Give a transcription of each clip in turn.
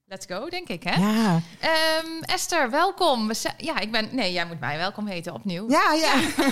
Let's go, denk ik, hè? Ja. Esther, welkom. Jij moet mij welkom heten, opnieuw. Ja.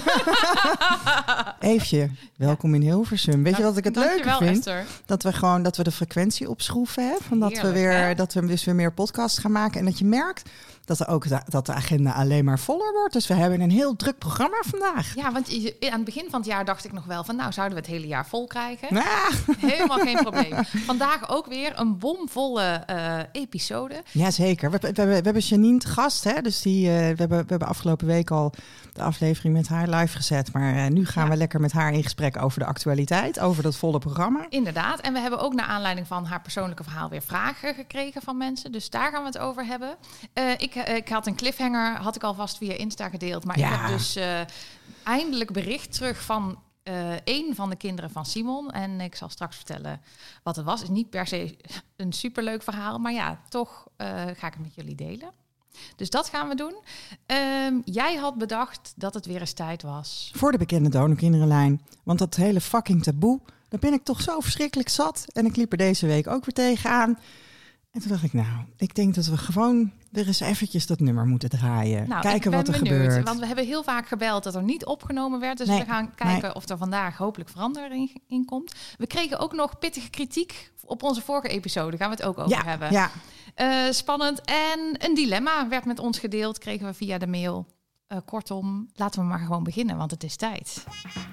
Eefje, welkom in Hilversum. Weet je wat ik het leuke vind? Esther. Dat we de frequentie opschroeven. Hè? Van Heerlijk, dat we dus weer meer podcasts gaan maken. En dat je merkt dat de agenda alleen maar voller wordt. Dus we hebben een heel druk programma vandaag. Ja, want aan het begin van het jaar dacht ik nog wel van... nou, zouden we het hele jaar vol krijgen? Ah. Helemaal geen probleem. Vandaag ook weer een bomvolle episode. Jazeker. We hebben Janine te gast. Hè? Dus we hebben afgelopen week al de aflevering met haar live gezet. Maar nu gaan we lekker met haar in gesprek over de actualiteit. Over dat volle programma. Inderdaad. En we hebben ook naar aanleiding van haar persoonlijke verhaal... weer vragen gekregen van mensen. Dus daar gaan we het over hebben. Ik had een cliffhanger, had ik alvast via Insta gedeeld. Maar ik heb dus eindelijk bericht terug van een van de kinderen van Simon. En ik zal straks vertellen wat het was. Het is niet per se een superleuk verhaal. Maar ja, toch ga ik het met jullie delen. Dus dat gaan we doen. Jij had bedacht dat het weer eens tijd was. Voor de bekende donorkinderenlijn. Want dat hele fucking taboe, daar ben ik toch zo verschrikkelijk zat. En ik liep er deze week ook weer tegenaan. En toen dacht ik, ik denk dat we gewoon weer eens eventjes dat nummer moeten draaien. Kijken wat er gebeurt. Want we hebben heel vaak gebeld dat er niet opgenomen werd. Dus we gaan kijken of er vandaag hopelijk verandering in komt. We kregen ook nog pittige kritiek op onze vorige episode. Daar gaan we het ook over hebben. Ja. Spannend. En een dilemma werd met ons gedeeld. Kregen we via de mail. Kortom, laten we maar gewoon beginnen, want het is tijd.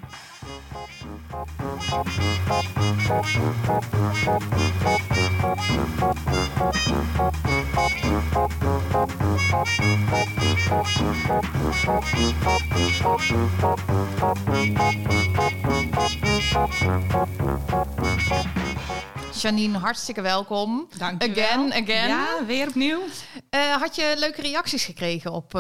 Janine, hartstikke welkom. Dank je wel. Again. Ja, weer opnieuw. Had je leuke reacties gekregen op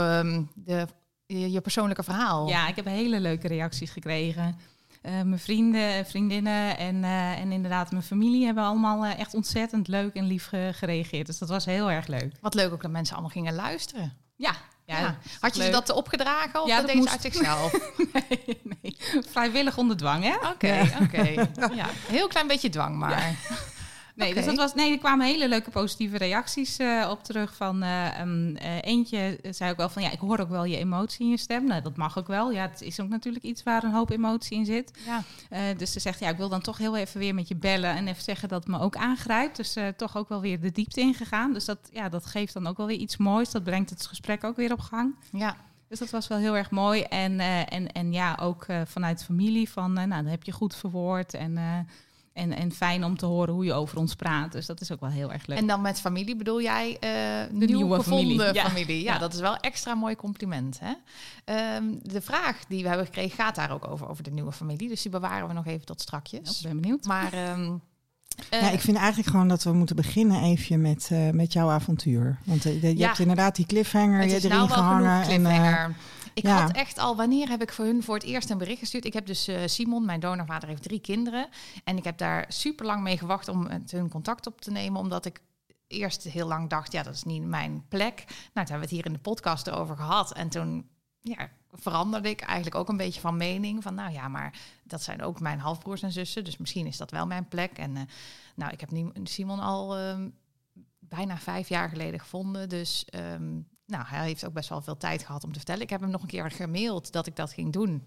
je persoonlijke verhaal? Ja, ik heb hele leuke reacties gekregen. Mijn vrienden, vriendinnen en inderdaad mijn familie hebben allemaal echt ontzettend leuk en lief gereageerd. Dus dat was heel erg leuk. Wat leuk ook dat mensen allemaal gingen luisteren. Ja. Had je dat opgedragen of dat deed moest uit zichzelf? Nee. Vrijwillig onder dwang, hè? Oké. Ja, een heel klein beetje dwang, maar... Ja. Nee, dus er kwamen hele leuke positieve reacties op terug. Van eentje zei ook wel van, ik hoor ook wel je emotie in je stem. Nou, dat mag ook wel. Ja, het is ook natuurlijk iets waar een hoop emotie in zit. Ja. Dus ze zegt, ik wil dan toch heel even weer met je bellen en even zeggen dat het me ook aangrijpt. Dus toch ook wel weer de diepte ingegaan. Dus dat geeft dan ook wel weer iets moois. Dat brengt het gesprek ook weer op gang. Ja. Dus dat was wel heel erg mooi. En ook vanuit familie van, dat heb je goed verwoord en fijn om te horen hoe je over ons praat. Dus dat is ook wel heel erg leuk. En dan met familie bedoel jij de nieuwe gevonden familie. familie. Ja, dat is wel extra mooi compliment. Hè? De vraag die we hebben gekregen gaat daar ook over de nieuwe familie. Dus die bewaren we nog even tot strakjes. Ik ben benieuwd. Maar ik vind eigenlijk gewoon dat we moeten beginnen even met jouw avontuur. Want je hebt inderdaad die cliffhanger erin gehangen. Ik had echt al, wanneer heb ik voor hun voor het eerst een bericht gestuurd? Ik heb dus Simon, mijn donorvader, heeft 3 kinderen. En ik heb daar super lang mee gewacht om met hun contact op te nemen. Omdat ik eerst heel lang dacht, dat is niet mijn plek. Nou, toen hebben we het hier in de podcast erover gehad. En toen veranderde ik eigenlijk ook een beetje van mening. Van maar dat zijn ook mijn halfbroers en zussen. Dus misschien is dat wel mijn plek. En ik heb Simon al bijna 5 jaar geleden gevonden. Dus... hij heeft ook best wel veel tijd gehad om te vertellen. Ik heb hem nog een keer gemaild dat ik dat ging doen.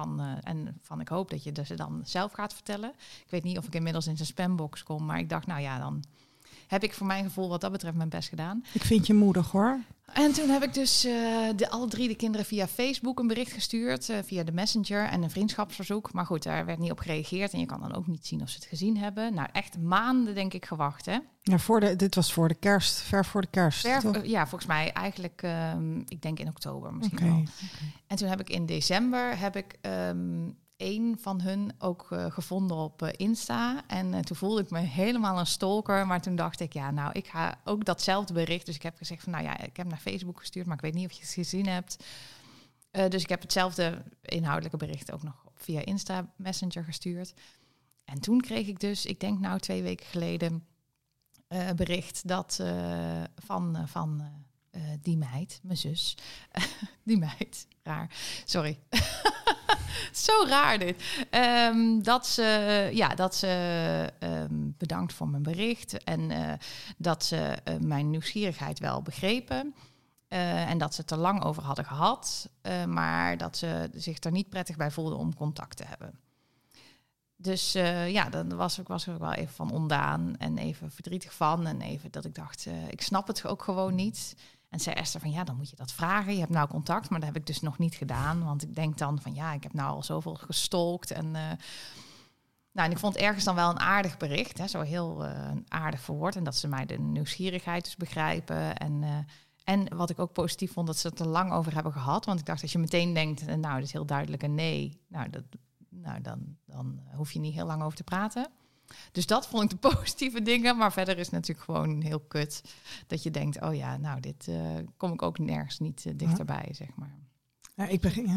Ik hoop dat je ze dan zelf gaat vertellen. Ik weet niet of ik inmiddels in zijn spambox kom. Maar ik dacht, dan heb ik voor mijn gevoel wat dat betreft mijn best gedaan. Ik vind je moedig, hoor. En toen heb ik dus alle 3 de kinderen via Facebook een bericht gestuurd. Via de Messenger en een vriendschapsverzoek. Maar goed, daar werd niet op gereageerd. En je kan dan ook niet zien of ze het gezien hebben. Nou, echt maanden denk ik gewacht, hè? Ja, dit was voor de kerst. Ver voor de kerst, toch? Ja, volgens mij eigenlijk, ik denk in oktober misschien wel. Okay. En toen heb ik in december een van hun ook gevonden op Insta. En toen voelde ik me helemaal een stalker. Maar toen dacht ik, ik ga ook datzelfde bericht. Dus ik heb gezegd van, ik heb naar Facebook gestuurd, maar ik weet niet of je het gezien hebt. Dus ik heb hetzelfde inhoudelijke bericht ook nog via Insta Messenger gestuurd. En toen kreeg ik dus, ik denk 2 weken geleden, bericht dat van die meid, mijn zus. Die meid, raar, sorry. Zo raar dit. Dat ze bedankt voor mijn bericht. En dat ze mijn nieuwsgierigheid wel begrepen. En dat ze het er lang over hadden gehad. Maar dat ze zich er niet prettig bij voelden om contact te hebben. Dus dan was ik er wel even van ondaan. En even verdrietig van. En even dat ik dacht, ik snap het ook gewoon niet. En zei Esther van, dan moet je dat vragen. Je hebt nou contact, maar dat heb ik dus nog niet gedaan. Want ik denk dan van, ik heb nou al zoveel gestalkt. En ik vond ergens dan wel een aardig bericht. Hè, zo heel aardig verwoord. En dat ze mij de nieuwsgierigheid dus begrijpen. En wat ik ook positief vond, dat ze het er lang over hebben gehad. Want ik dacht, als je meteen denkt, dit is heel duidelijk een nee. Dan hoef je niet heel lang over te praten. Dus dat vond ik de positieve dingen. Maar verder is het natuurlijk gewoon heel kut. Dat je denkt, dit kom ik ook nergens niet dichterbij, zeg maar. Ja,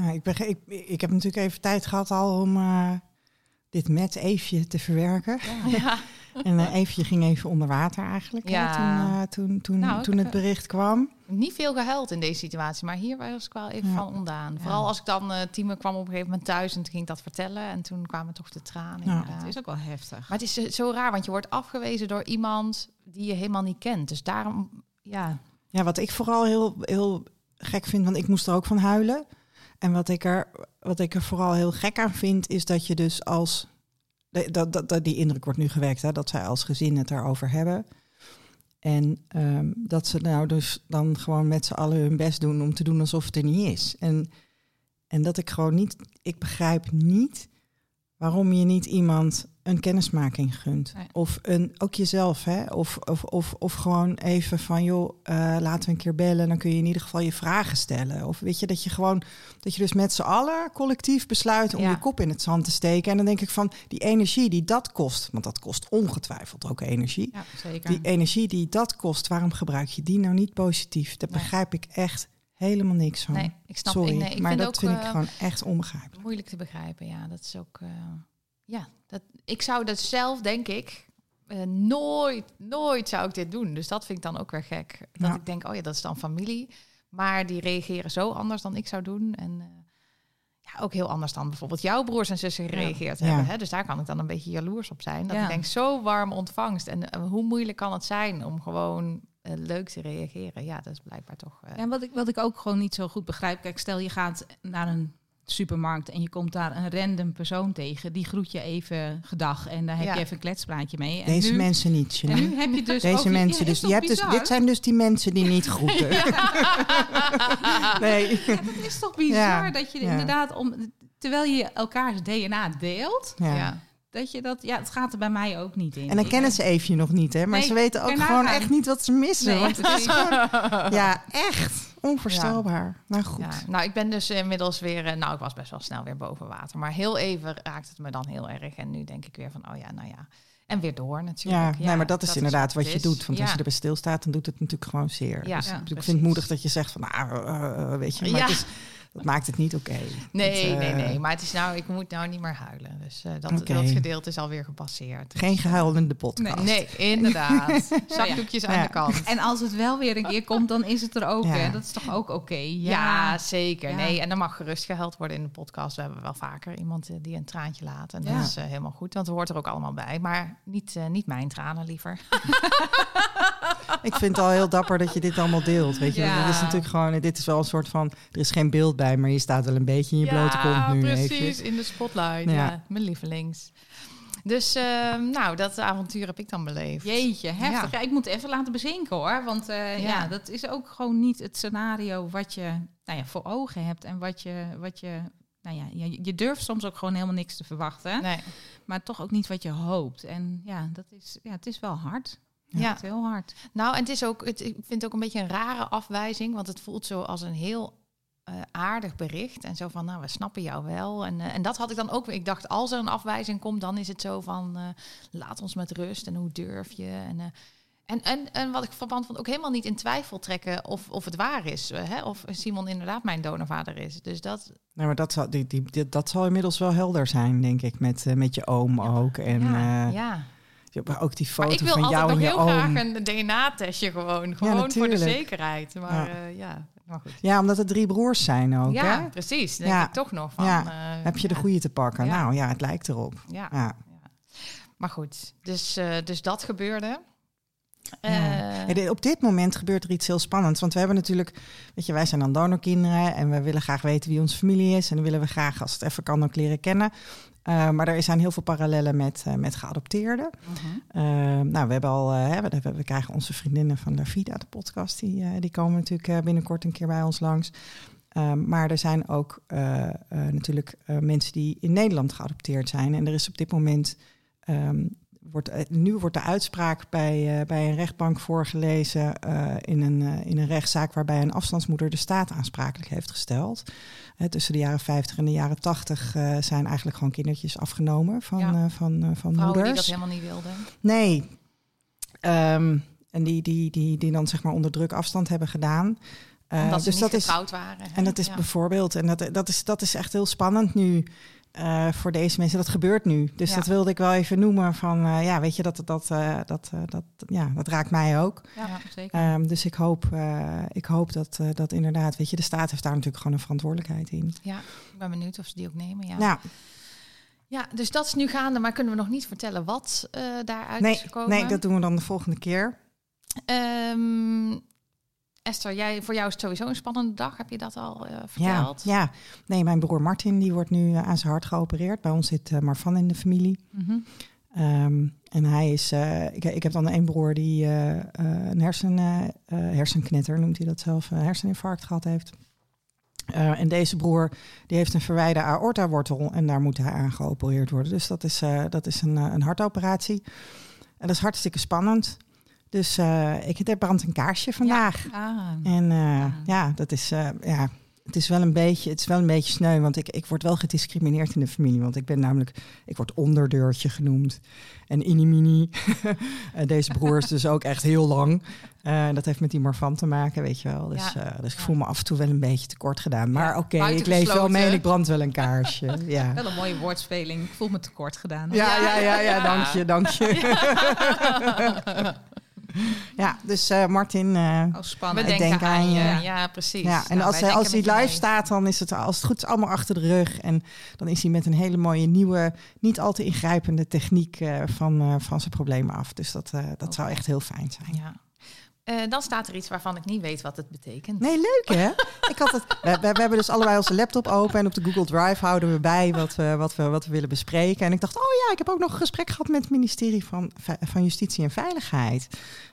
ik heb natuurlijk even tijd gehad al om dit met Eefje te verwerken. Ja. En Eefje ging even onder water eigenlijk. Ja. Toen het bericht kwam. Niet veel gehuild in deze situatie, maar hier was ik wel even van ondaan. Ja. Vooral als ik dan, Tieme kwam op een gegeven moment thuis en toen ging ik dat vertellen. En toen kwamen toch de tranen. Ja. Het is ook wel heftig. Maar het is zo raar, want je wordt afgewezen door iemand die je helemaal niet kent. Dus daarom, Ja, wat ik vooral heel, heel gek vind, want ik moest er ook van huilen. En wat ik er vooral heel gek aan vind, is dat je dus als... die indruk wordt nu gewekt, hè, dat zij als gezin het daarover hebben. En dat ze nou dus dan gewoon met z'n allen hun best doen om te doen alsof het er niet is. En dat ik gewoon niet... Ik begrijp niet waarom je niet iemand een kennismaking gunt. Nee. Of ook jezelf, hè? Of gewoon even van, laten we een keer bellen. Dan kun je in ieder geval je vragen stellen. Of weet je, dat je dus met z'n allen collectief besluit om je kop in het zand te steken. En dan denk ik van, die energie die dat kost, want dat kost ongetwijfeld ook energie. Ja, zeker. Die energie die dat kost, waarom gebruik je die nou niet positief? Dat begrijp ik echt helemaal niks van. Nee, ik snap. Sorry, ik maar vind dat ook, vind ik gewoon echt onbegrijpelijk. Moeilijk te begrijpen, ja. Dat is ook... ik zou dat zelf, denk ik, nooit zou ik dit doen. Dus dat vind ik dan ook weer gek. Dat ik denk, dat is dan familie. Maar die reageren zo anders dan ik zou doen. En ook heel anders dan bijvoorbeeld jouw broers en zussen gereageerd hebben. Hè? Dus daar kan ik dan een beetje jaloers op zijn. Dat ik denk, zo warm ontvangst. En hoe moeilijk kan het zijn om gewoon leuk te reageren? Ja, dat is blijkbaar toch... En wat ik ook gewoon niet zo goed begrijp. Kijk, stel je gaat naar een supermarkt en je komt daar een random persoon tegen. Die groet je even gedag en daar heb je even een kletspraatje mee. En deze mensen niet. En nu heb je dus deze mensen dus. Je hebt dus. Dit zijn dus die mensen die niet groeten. Nee. Ja, dat is toch bizar dat je inderdaad terwijl je elkaars DNA deelt. Ja. Dat je dat, het gaat er bij mij ook niet in. En dan kennen ze Eefje nog niet, hè? Maar ze weten ook gewoon echt niet wat ze missen. Nee, want het is gewoon, echt onvoorstelbaar. Ja. Nou goed. Ja, nou, ik ben dus inmiddels weer... ik was best wel snel weer boven water. Maar heel even raakt het me dan heel erg. En nu denk ik weer van, En weer door natuurlijk. Ja, nee, maar dat is inderdaad wat je doet. Want als je erbij stilstaat, dan doet het natuurlijk gewoon zeer. Ja, dus ik vind het moedig dat je zegt van, weet je... Maar dat maakt het niet oké. Nee. Maar het is ik moet nou niet meer huilen. Dus dat gedeelte is alweer gepasseerd. Dus, geen gehuil in de podcast. Nee, inderdaad. Zakdoekjes aan de kant. En als het wel weer een keer komt, dan is het er ook. Hè? Dat is toch ook oké? Ja, zeker. Ja. Nee, en dan mag gerust gehuild worden in de podcast. We hebben wel vaker iemand die een traantje laat. En dat is helemaal goed, want het hoort er ook allemaal bij. Maar niet mijn tranen, liever. Ik vind het al heel dapper dat je dit allemaal deelt. Weet je, dit is natuurlijk gewoon, dit is wel een soort van, er is geen beeld bij, maar je staat wel een beetje in je blote kont nu. Precies, in de spotlight. Ja, mijn lievelings. Dus dat avontuur heb ik dan beleefd. Jeetje, heftig. Ja, ik moet even laten bezinken hoor. Want dat is ook gewoon niet het scenario wat je voor ogen hebt. En wat je je durft soms ook gewoon helemaal niks te verwachten. Nee. Maar toch ook niet wat je hoopt. En het is wel hard. Ja, het is heel hard. Nou, en het is ook, ik vind het ook een beetje een rare afwijzing. Want het voelt zo als een heel aardig bericht. En zo van, we snappen jou wel. En dat had ik dan ook. Ik dacht, als er een afwijzing komt, dan is het zo van, laat ons met rust. En hoe durf je? En wat ik verband vond, ook helemaal niet in twijfel trekken of het waar is. Of Simon inderdaad mijn donorvader is. Dus dat... Nou, maar dat zal inmiddels wel helder zijn, denk ik. Met je oom ook. En, ook die foto van jou en je oom. Ik wil altijd nog heel graag een DNA-testje gewoon voor de zekerheid. Maar Maar goed. Ja, omdat het 3 broers zijn ook, Ja, hè? precies. Denk ik toch nog van. Heb je de goede te pakken? Ja. Nou ja, het lijkt erop. Ja. Ja. Maar goed, dus dat gebeurde. Op dit moment gebeurt er iets heel spannends. Want we hebben natuurlijk, wij zijn dan donorkinderen en we willen graag weten wie onze familie is. En dan willen we graag, als het even kan, ook leren kennen. Maar er zijn heel veel parallellen met geadopteerden. We hebben al, we krijgen onze vriendinnen van Davida, de podcast, die komen natuurlijk binnenkort een keer bij ons langs. Maar er zijn ook natuurlijk mensen die in Nederland geadopteerd zijn. En er is op dit moment... Nu wordt de uitspraak bij een rechtbank voorgelezen in een rechtszaak waarbij een afstandsmoeder de staat aansprakelijk heeft gesteld. Tussen de jaren 50 en de jaren 80 zijn eigenlijk gewoon kindertjes afgenomen van moeders. Vrouwen die dat helemaal niet wilden. Nee. En die dan zeg maar onder druk afstand hebben gedaan. Omdat ze dus niet dat getrouwd waren. En dat is bijvoorbeeld, en dat is echt heel spannend nu. Voor deze mensen, dat gebeurt nu. Dus dat wilde ik wel even noemen van, weet je, dat raakt mij ook. Ja, zeker. Dus ik hoop dat inderdaad, weet je, de staat heeft daar natuurlijk gewoon een verantwoordelijkheid in. Ja, ik ben benieuwd of ze die ook nemen. Ja, dus dat is nu gaande, maar kunnen we nog niet vertellen wat daaruit is gekomen? Nee, dat doen we dan de volgende keer. Esther, voor jou is het sowieso een spannende dag. Heb je dat al verteld? Ja. Nee, mijn broer Martin die wordt nu aan zijn hart geopereerd. Bij ons zit Marvan in de familie. Mm-hmm. En hij is... ik heb dan een broer die een hersenknetter, noemt hij dat zelf, herseninfarct gehad heeft. En deze broer die heeft een verwijde aortawortel en daar moet hij aan geopereerd worden. Dus dat is een hartoperatie. En dat is hartstikke spannend. Dus er brandt een kaarsje vandaag. En dat is... Het is wel een beetje sneu, want ik word wel gediscrimineerd in de familie. Want ik word onderdeurtje genoemd. En inimini. Deze broer is dus ook echt heel lang. Dat heeft met die Marvan te maken, weet je wel. Dus ik voel me af en toe wel een beetje tekort gedaan. Maar oké, ik leef wel mee en ik brand wel een kaarsje. Ja. Wel een mooie woordspeling. Ik voel me tekort gedaan. Ja, dank je. Ja, dus Martin, spannend. ik denk aan je. Ja, precies. Ja, en als hij live staat, dan is het, als het goed is, allemaal achter de rug. En dan is hij met een hele mooie nieuwe, niet al te ingrijpende techniek van zijn problemen af. Dus dat zou echt heel fijn zijn. Ja. Dan staat er iets waarvan ik niet weet wat het betekent. Nee, leuk hè? We hebben dus allebei onze laptop open en op de Google Drive houden we bij wat we willen bespreken. En ik dacht, ik heb ook nog een gesprek gehad met het ministerie van Justitie en Veiligheid.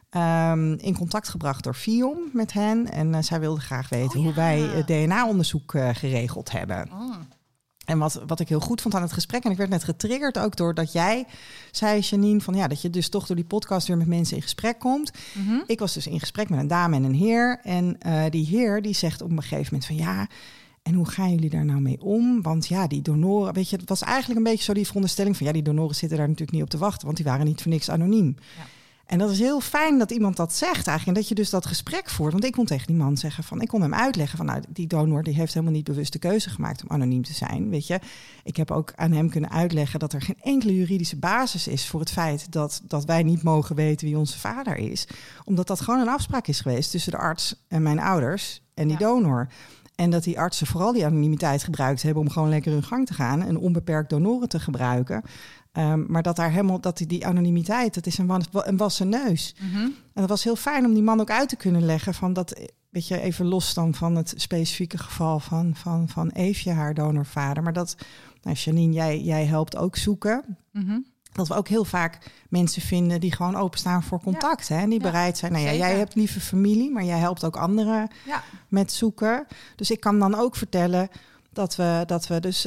In contact gebracht door FIOM met hen. En zij wilden graag weten hoe wij het DNA-onderzoek geregeld hebben. En wat ik heel goed vond aan het gesprek, en ik werd net getriggerd ook doordat jij zei, Janine, van dat je dus toch door die podcast weer met mensen in gesprek komt. Mm-hmm. Ik was dus in gesprek met een dame en een heer. En die heer die zegt op een gegeven moment van en hoe gaan jullie daar nou mee om? Want die donoren, weet je, het was eigenlijk een beetje zo die veronderstelling van die donoren zitten daar natuurlijk niet op te wachten, want die waren niet voor niks anoniem. Ja. En dat is heel fijn dat iemand dat zegt eigenlijk. En dat je dus dat gesprek voert. Want ik kon tegen die man zeggen ik kon hem uitleggen van die donor die heeft helemaal niet bewust de keuze gemaakt om anoniem te zijn. Weet je, ik heb ook aan hem kunnen uitleggen dat er geen enkele juridische basis is voor het feit dat wij niet mogen weten wie onze vader is. Omdat dat gewoon een afspraak is geweest tussen de arts en mijn ouders en die donor. En dat die artsen vooral die anonimiteit gebruikt hebben om gewoon lekker hun gang te gaan en onbeperkt donoren te gebruiken. Maar dat die anonimiteit, dat is een wassen neus. Mm-hmm. En dat was heel fijn om die man ook uit te kunnen leggen van dat, weet je, even los dan van het specifieke geval van Eefje, haar donorvader. Maar dat, Janine, jij helpt ook zoeken. Mm-hmm. Dat we ook heel vaak mensen vinden die gewoon openstaan voor contact. Hè? En die bereid zijn. Jij hebt lieve familie, maar jij helpt ook anderen met zoeken. Dus ik kan dan ook vertellen dat we dus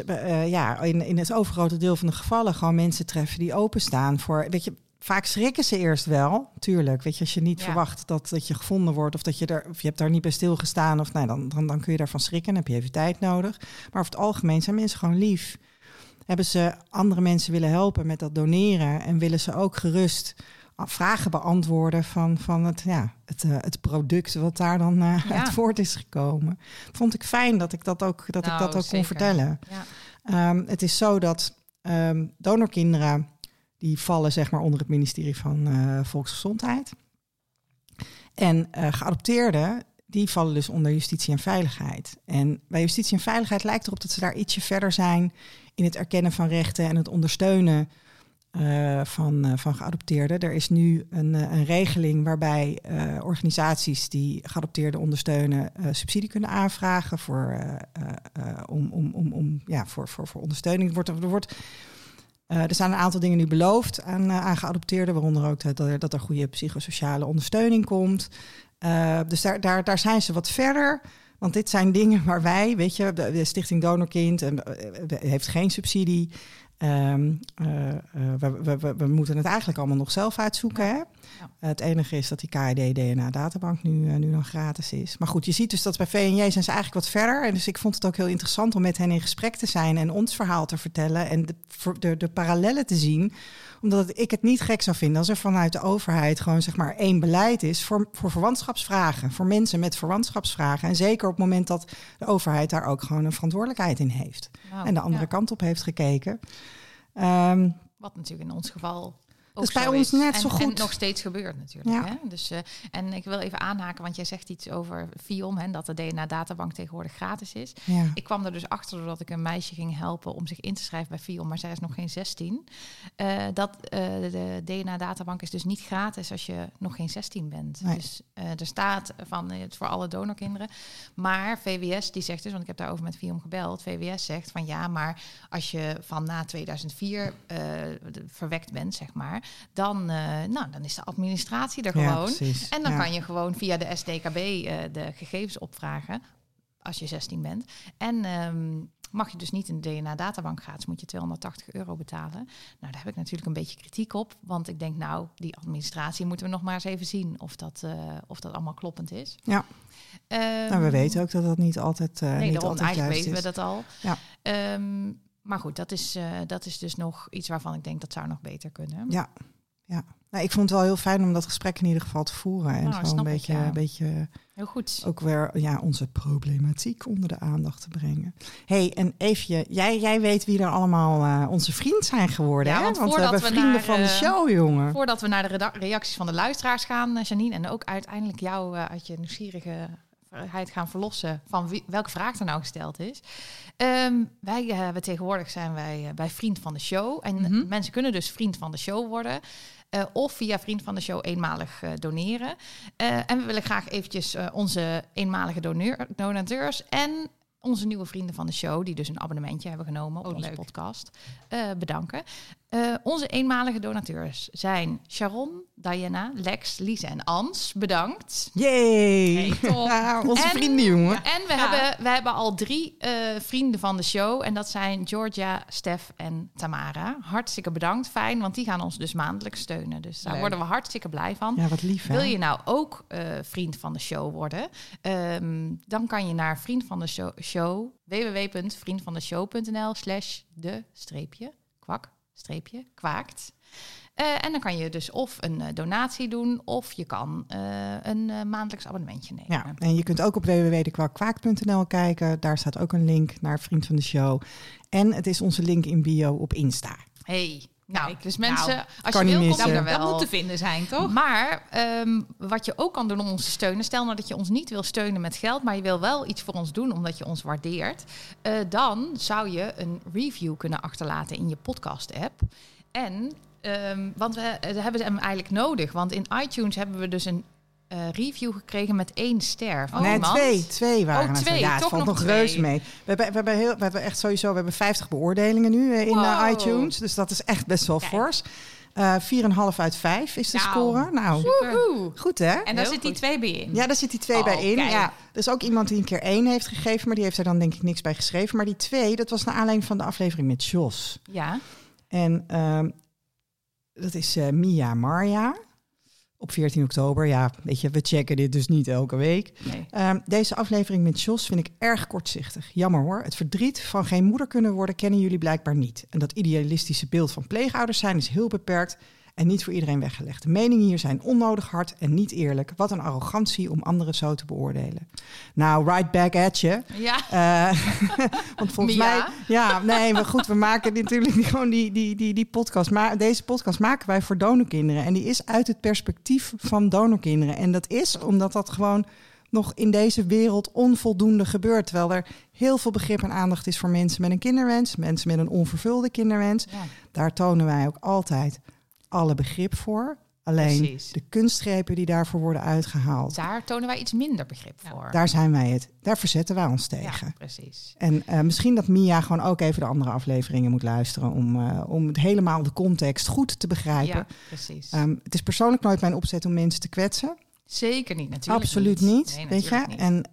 in het overgrote deel van de gevallen gewoon mensen treffen die openstaan voor. Weet je, vaak schrikken ze eerst wel, tuurlijk. Weet je, als je niet verwacht dat je gevonden wordt of je hebt daar niet bij stilgestaan of dan kun je daarvan schrikken. Dan heb je even tijd nodig. Maar over het algemeen zijn mensen gewoon lief. Hebben ze andere mensen willen helpen met dat doneren en willen ze ook gerust vragen beantwoorden van het product wat daar dan uit voort is gekomen. Vond ik fijn dat ik dat ook kon vertellen. Ja. Het is zo dat donorkinderen die vallen zeg maar onder het ministerie van Volksgezondheid. En geadopteerden die vallen dus onder justitie en veiligheid. En bij justitie en veiligheid lijkt erop dat ze daar ietsje verder zijn in het erkennen van rechten en het ondersteunen van geadopteerden. Er is nu een regeling waarbij organisaties die geadopteerden ondersteunen subsidie kunnen aanvragen voor ondersteuning. Er zijn een aantal dingen nu beloofd aan geadopteerden, waaronder ook dat er goede psychosociale ondersteuning komt. Dus daar zijn ze wat verder. Want dit zijn dingen waar wij, weet je, de Stichting Donorkind heeft geen subsidie. We moeten het eigenlijk allemaal nog zelf uitzoeken. Hè? Ja. Het enige is dat die KID-DNA-databank nu nog gratis is. Maar goed, je ziet dus dat bij VNJ zijn ze eigenlijk wat verder. En dus ik vond het ook heel interessant om met hen in gesprek te zijn en ons verhaal te vertellen en de parallellen te zien. Omdat ik het niet gek zou vinden als er vanuit de overheid gewoon zeg maar één beleid is voor verwantschapsvragen. Voor mensen met verwantschapsvragen. En zeker op het moment dat de overheid daar ook gewoon een verantwoordelijkheid in heeft. En de andere kant op heeft gekeken. Wat natuurlijk in ons geval ook dus bij zo ons is. net zo goed. En nog steeds gebeurt natuurlijk. Ja. Hè? Dus, en ik wil even aanhaken, want jij zegt iets over FIOM, hè, dat de DNA-databank tegenwoordig gratis is. Ja. Ik kwam er dus achter doordat ik een meisje ging helpen om zich in te schrijven bij FIOM, maar zij is nog geen 16. De DNA-databank is dus niet gratis als je nog geen 16 bent. Nee. Dus er staat van het voor alle donorkinderen. Maar VWS die zegt dus, want ik heb daarover met FIOM gebeld, VWS zegt van ja, maar als je van na 2004 verwekt bent, zeg maar, dan is de administratie er gewoon. Precies. En dan kan je gewoon via de SDKB de gegevens opvragen als je 16 bent. En mag je dus niet in de DNA-databank gratis, moet je €280 betalen. Nou, daar heb ik natuurlijk een beetje kritiek op. Want ik denk, die administratie moeten we nog maar eens even zien of dat allemaal kloppend is. Ja. We weten ook dat dat niet altijd eigenlijk weten we dat al. Ja. Maar goed, dat is dus nog iets waarvan ik denk dat zou nog beter kunnen. Ja. Nou, ik vond het wel heel fijn om dat gesprek in ieder geval te voeren. En zo een beetje heel goed. Ook weer onze problematiek onder de aandacht te brengen. Hey, en Eefje, jij weet wie er allemaal onze vriend zijn geworden. Ja, hè? Want we hebben vrienden van de show, jongen. Voordat we naar de reacties van de luisteraars gaan, Janine, en ook uiteindelijk jou uit je nieuwsgierigheid gaan verlossen van welke vraag er nou gesteld is. Wij tegenwoordig zijn wij bij Vriend van de Show. En mensen kunnen dus Vriend van de Show worden. Of via Vriend van de Show eenmalig doneren. En we willen graag eventjes onze eenmalige donateurs en onze nieuwe vrienden van de show, die dus een abonnementje hebben genomen op onze podcast, bedanken. Onze eenmalige donateurs zijn Sharon, Diana, Lex, Lise en Ans. Bedankt. Yay! Hey, onze vrienden, jongen. En we hebben al 3 vrienden van de show. En dat zijn Georgia, Stef en Tamara. Hartstikke bedankt. Fijn, want die gaan ons dus maandelijks steunen. Dus daar worden we hartstikke blij van. Ja, wat lief, hè? Wil je nou ook vriend van de show worden? Dan kan je naar vriend van de show www.vriendvandeshow.nl/de-kwak-kwaakt. En dan kan je dus of een donatie doen, of je kan een maandelijks abonnementje nemen. Ja, en je kunt ook op www.dekwak-kwaakt.nl kijken. Daar staat ook een link naar Vriend van de Show. En het is onze link in bio op Insta. Dus mensen, als je wil, kom je er wel. Dat moet te vinden zijn, toch? Maar wat je ook kan doen om ons te steunen, stel nou dat je ons niet wil steunen met geld, maar je wil wel iets voor ons doen omdat je ons waardeert, dan zou je een review kunnen achterlaten in je podcast-app. En want we hebben hem eigenlijk nodig, want in iTunes hebben we dus een review gekregen met 1 ster van iemand. 2 waren het. 2, ja, het valt nog reus mee. We hebben echt sowieso, we hebben 50 beoordelingen nu in iTunes. Dus dat is echt best wel fors. 4,5 uit 5 is de score. Nou, goed hè? En daar zit die 2 bij in. Ja, daar zit die 2 bij in. Ja, er is ook iemand die een keer 1 heeft gegeven, maar die heeft er dan denk ik niks bij geschreven. Maar die 2, dat was naar aanleiding van de aflevering met Jos. Ja. En dat is Mia Marja. Op 14 oktober, ja, weet je, we checken dit dus niet elke week. Nee. Deze aflevering met Jos vind ik erg kortzichtig. Jammer hoor, het verdriet van geen moeder kunnen worden kennen jullie blijkbaar niet. En dat idealistische beeld van pleegouders zijn is heel beperkt en niet voor iedereen weggelegd. De meningen hier zijn onnodig hard en niet eerlijk. Wat een arrogantie om anderen zo te beoordelen. Nou, right back at you. Ja. Want volgens mij... Ja, nee, maar goed, we maken natuurlijk gewoon die podcast. Maar deze podcast maken wij voor donorkinderen. En die is uit het perspectief van donorkinderen. En dat is omdat dat gewoon nog in deze wereld onvoldoende gebeurt. Terwijl er heel veel begrip en aandacht is voor mensen met een kinderwens. Mensen met een onvervulde kinderwens. Ja. Daar tonen wij ook altijd alle begrip voor. Alleen de kunstgrepen die daarvoor worden uitgehaald. Daar tonen wij iets minder begrip voor. Daar verzetten wij ons tegen. Ja, precies. En misschien dat Mia gewoon ook even de andere afleveringen moet luisteren om het helemaal de context goed te begrijpen. Ja, precies. Het is persoonlijk nooit mijn opzet om mensen te kwetsen. Zeker niet, natuurlijk. Absoluut niet. Nee, weet je? Niet.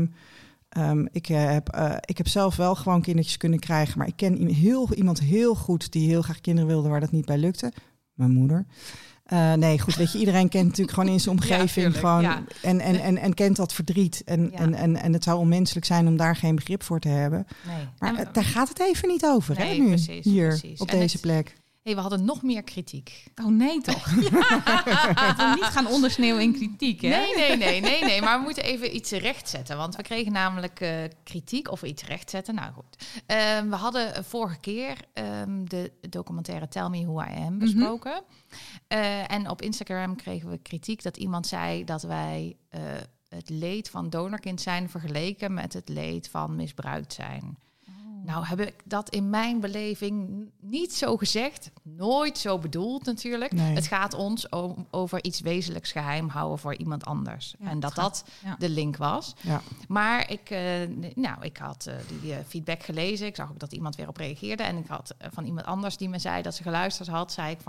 En ik heb zelf wel gewoon kindertjes kunnen krijgen, maar ik ken iemand heel goed die heel graag kinderen wilde waar dat niet bij lukte. Mijn moeder. Nee, goed, weet je, iedereen kent natuurlijk gewoon in zijn omgeving en kent dat verdriet. En het zou onmenselijk zijn om daar geen begrip voor te hebben. Nee. Maar daar gaat het even niet over, hè, nu, precies. Op deze plek. We hadden nog meer kritiek. Oh nee, toch? Dat we niet gaan ondersneeuwen in kritiek, hè? Nee. Maar we moeten even iets rechtzetten. Want we kregen namelijk kritiek of iets rechtzetten. Nou goed. We hadden vorige keer de documentaire Tell Me Who I Am besproken. En op Instagram kregen we kritiek dat iemand zei dat wij het leed van donorkind zijn vergeleken met het leed van misbruikt zijn. Nou heb ik dat in mijn beleving niet zo gezegd. Nooit zo bedoeld natuurlijk. Nee. Het gaat ons over iets wezenlijks geheim houden voor iemand anders. Ja, en dat de link was. Ja. Maar ik had die feedback gelezen. Ik zag ook dat iemand weer op reageerde. En ik had van iemand anders die me zei dat ze geluisterd had. Zei ik van,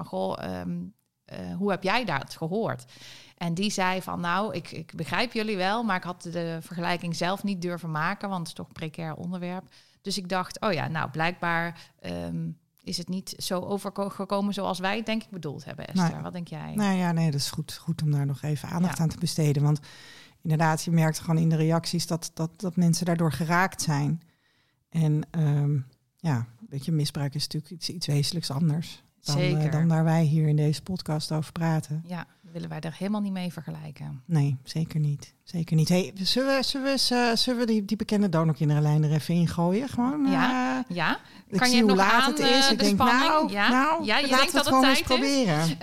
hoe heb jij dat gehoord? En die zei van, nou, ik begrijp jullie wel. Maar ik had de vergelijking zelf niet durven maken. Want het is toch een precair onderwerp. Dus ik dacht, blijkbaar is het niet zo overgekomen zoals wij het denk ik bedoeld hebben, Esther. Nee. Wat denk jij? Nee, dat is goed om daar nog even aandacht aan te besteden. Want inderdaad, je merkt gewoon in de reacties dat mensen daardoor geraakt zijn. En weet je, misbruik is natuurlijk iets wezenlijks anders dan waar wij hier in deze podcast over praten. Ja, willen wij er helemaal niet mee vergelijken. Nee, zeker niet. Hey, zullen we die bekende donorkinderenlijn er even in gooien? Gewoon, ja. Ik zie hoe laat het is. Ik denk, laten we het gewoon eens proberen.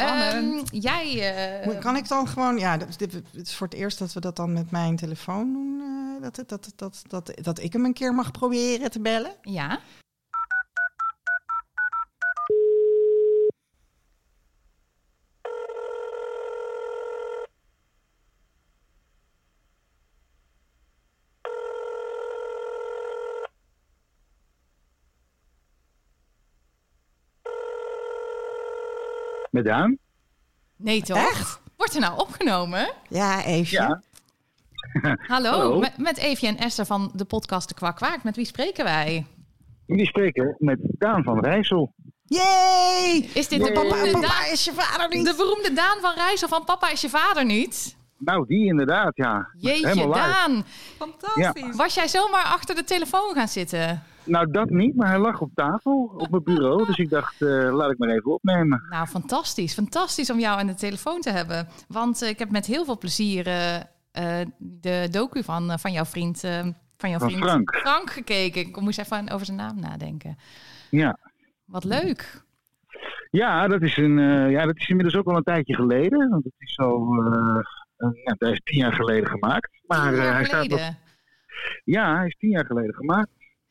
Kan ik dan gewoon... Ja, het is voor het eerst dat we dat dan met mijn telefoon doen. Dat ik hem een keer mag proberen te bellen. Ja. Met Daan? Nee, toch? Echt? Wordt er nou opgenomen? Ja, Eefje. Ja. Hallo. Met Eefje en Esther van de podcast De Kwak Kwaak. Met wie spreken wij? Jullie spreken met Daan van Rijssel. Yay! Is dit Papa is je vader niet? De beroemde Daan van Rijssel van Papa is je vader niet? Nou, die inderdaad, ja. Jeetje, Daan. Fantastisch. Ja. Was jij zomaar achter de telefoon gaan zitten? Nou, dat niet, maar hij lag op tafel op mijn bureau. Dus ik dacht, laat ik maar even opnemen. Nou, fantastisch. Fantastisch om jou aan de telefoon te hebben. Want ik heb met heel veel plezier de docu van jouw vriend... Frank gekeken. Ik moest even over zijn naam nadenken. Ja. Wat leuk. Ja, dat is inmiddels ook al een tijdje geleden. Want het is hij is 10 jaar geleden gemaakt. Maar 10 jaar geleden? Hij is 10 jaar geleden gemaakt.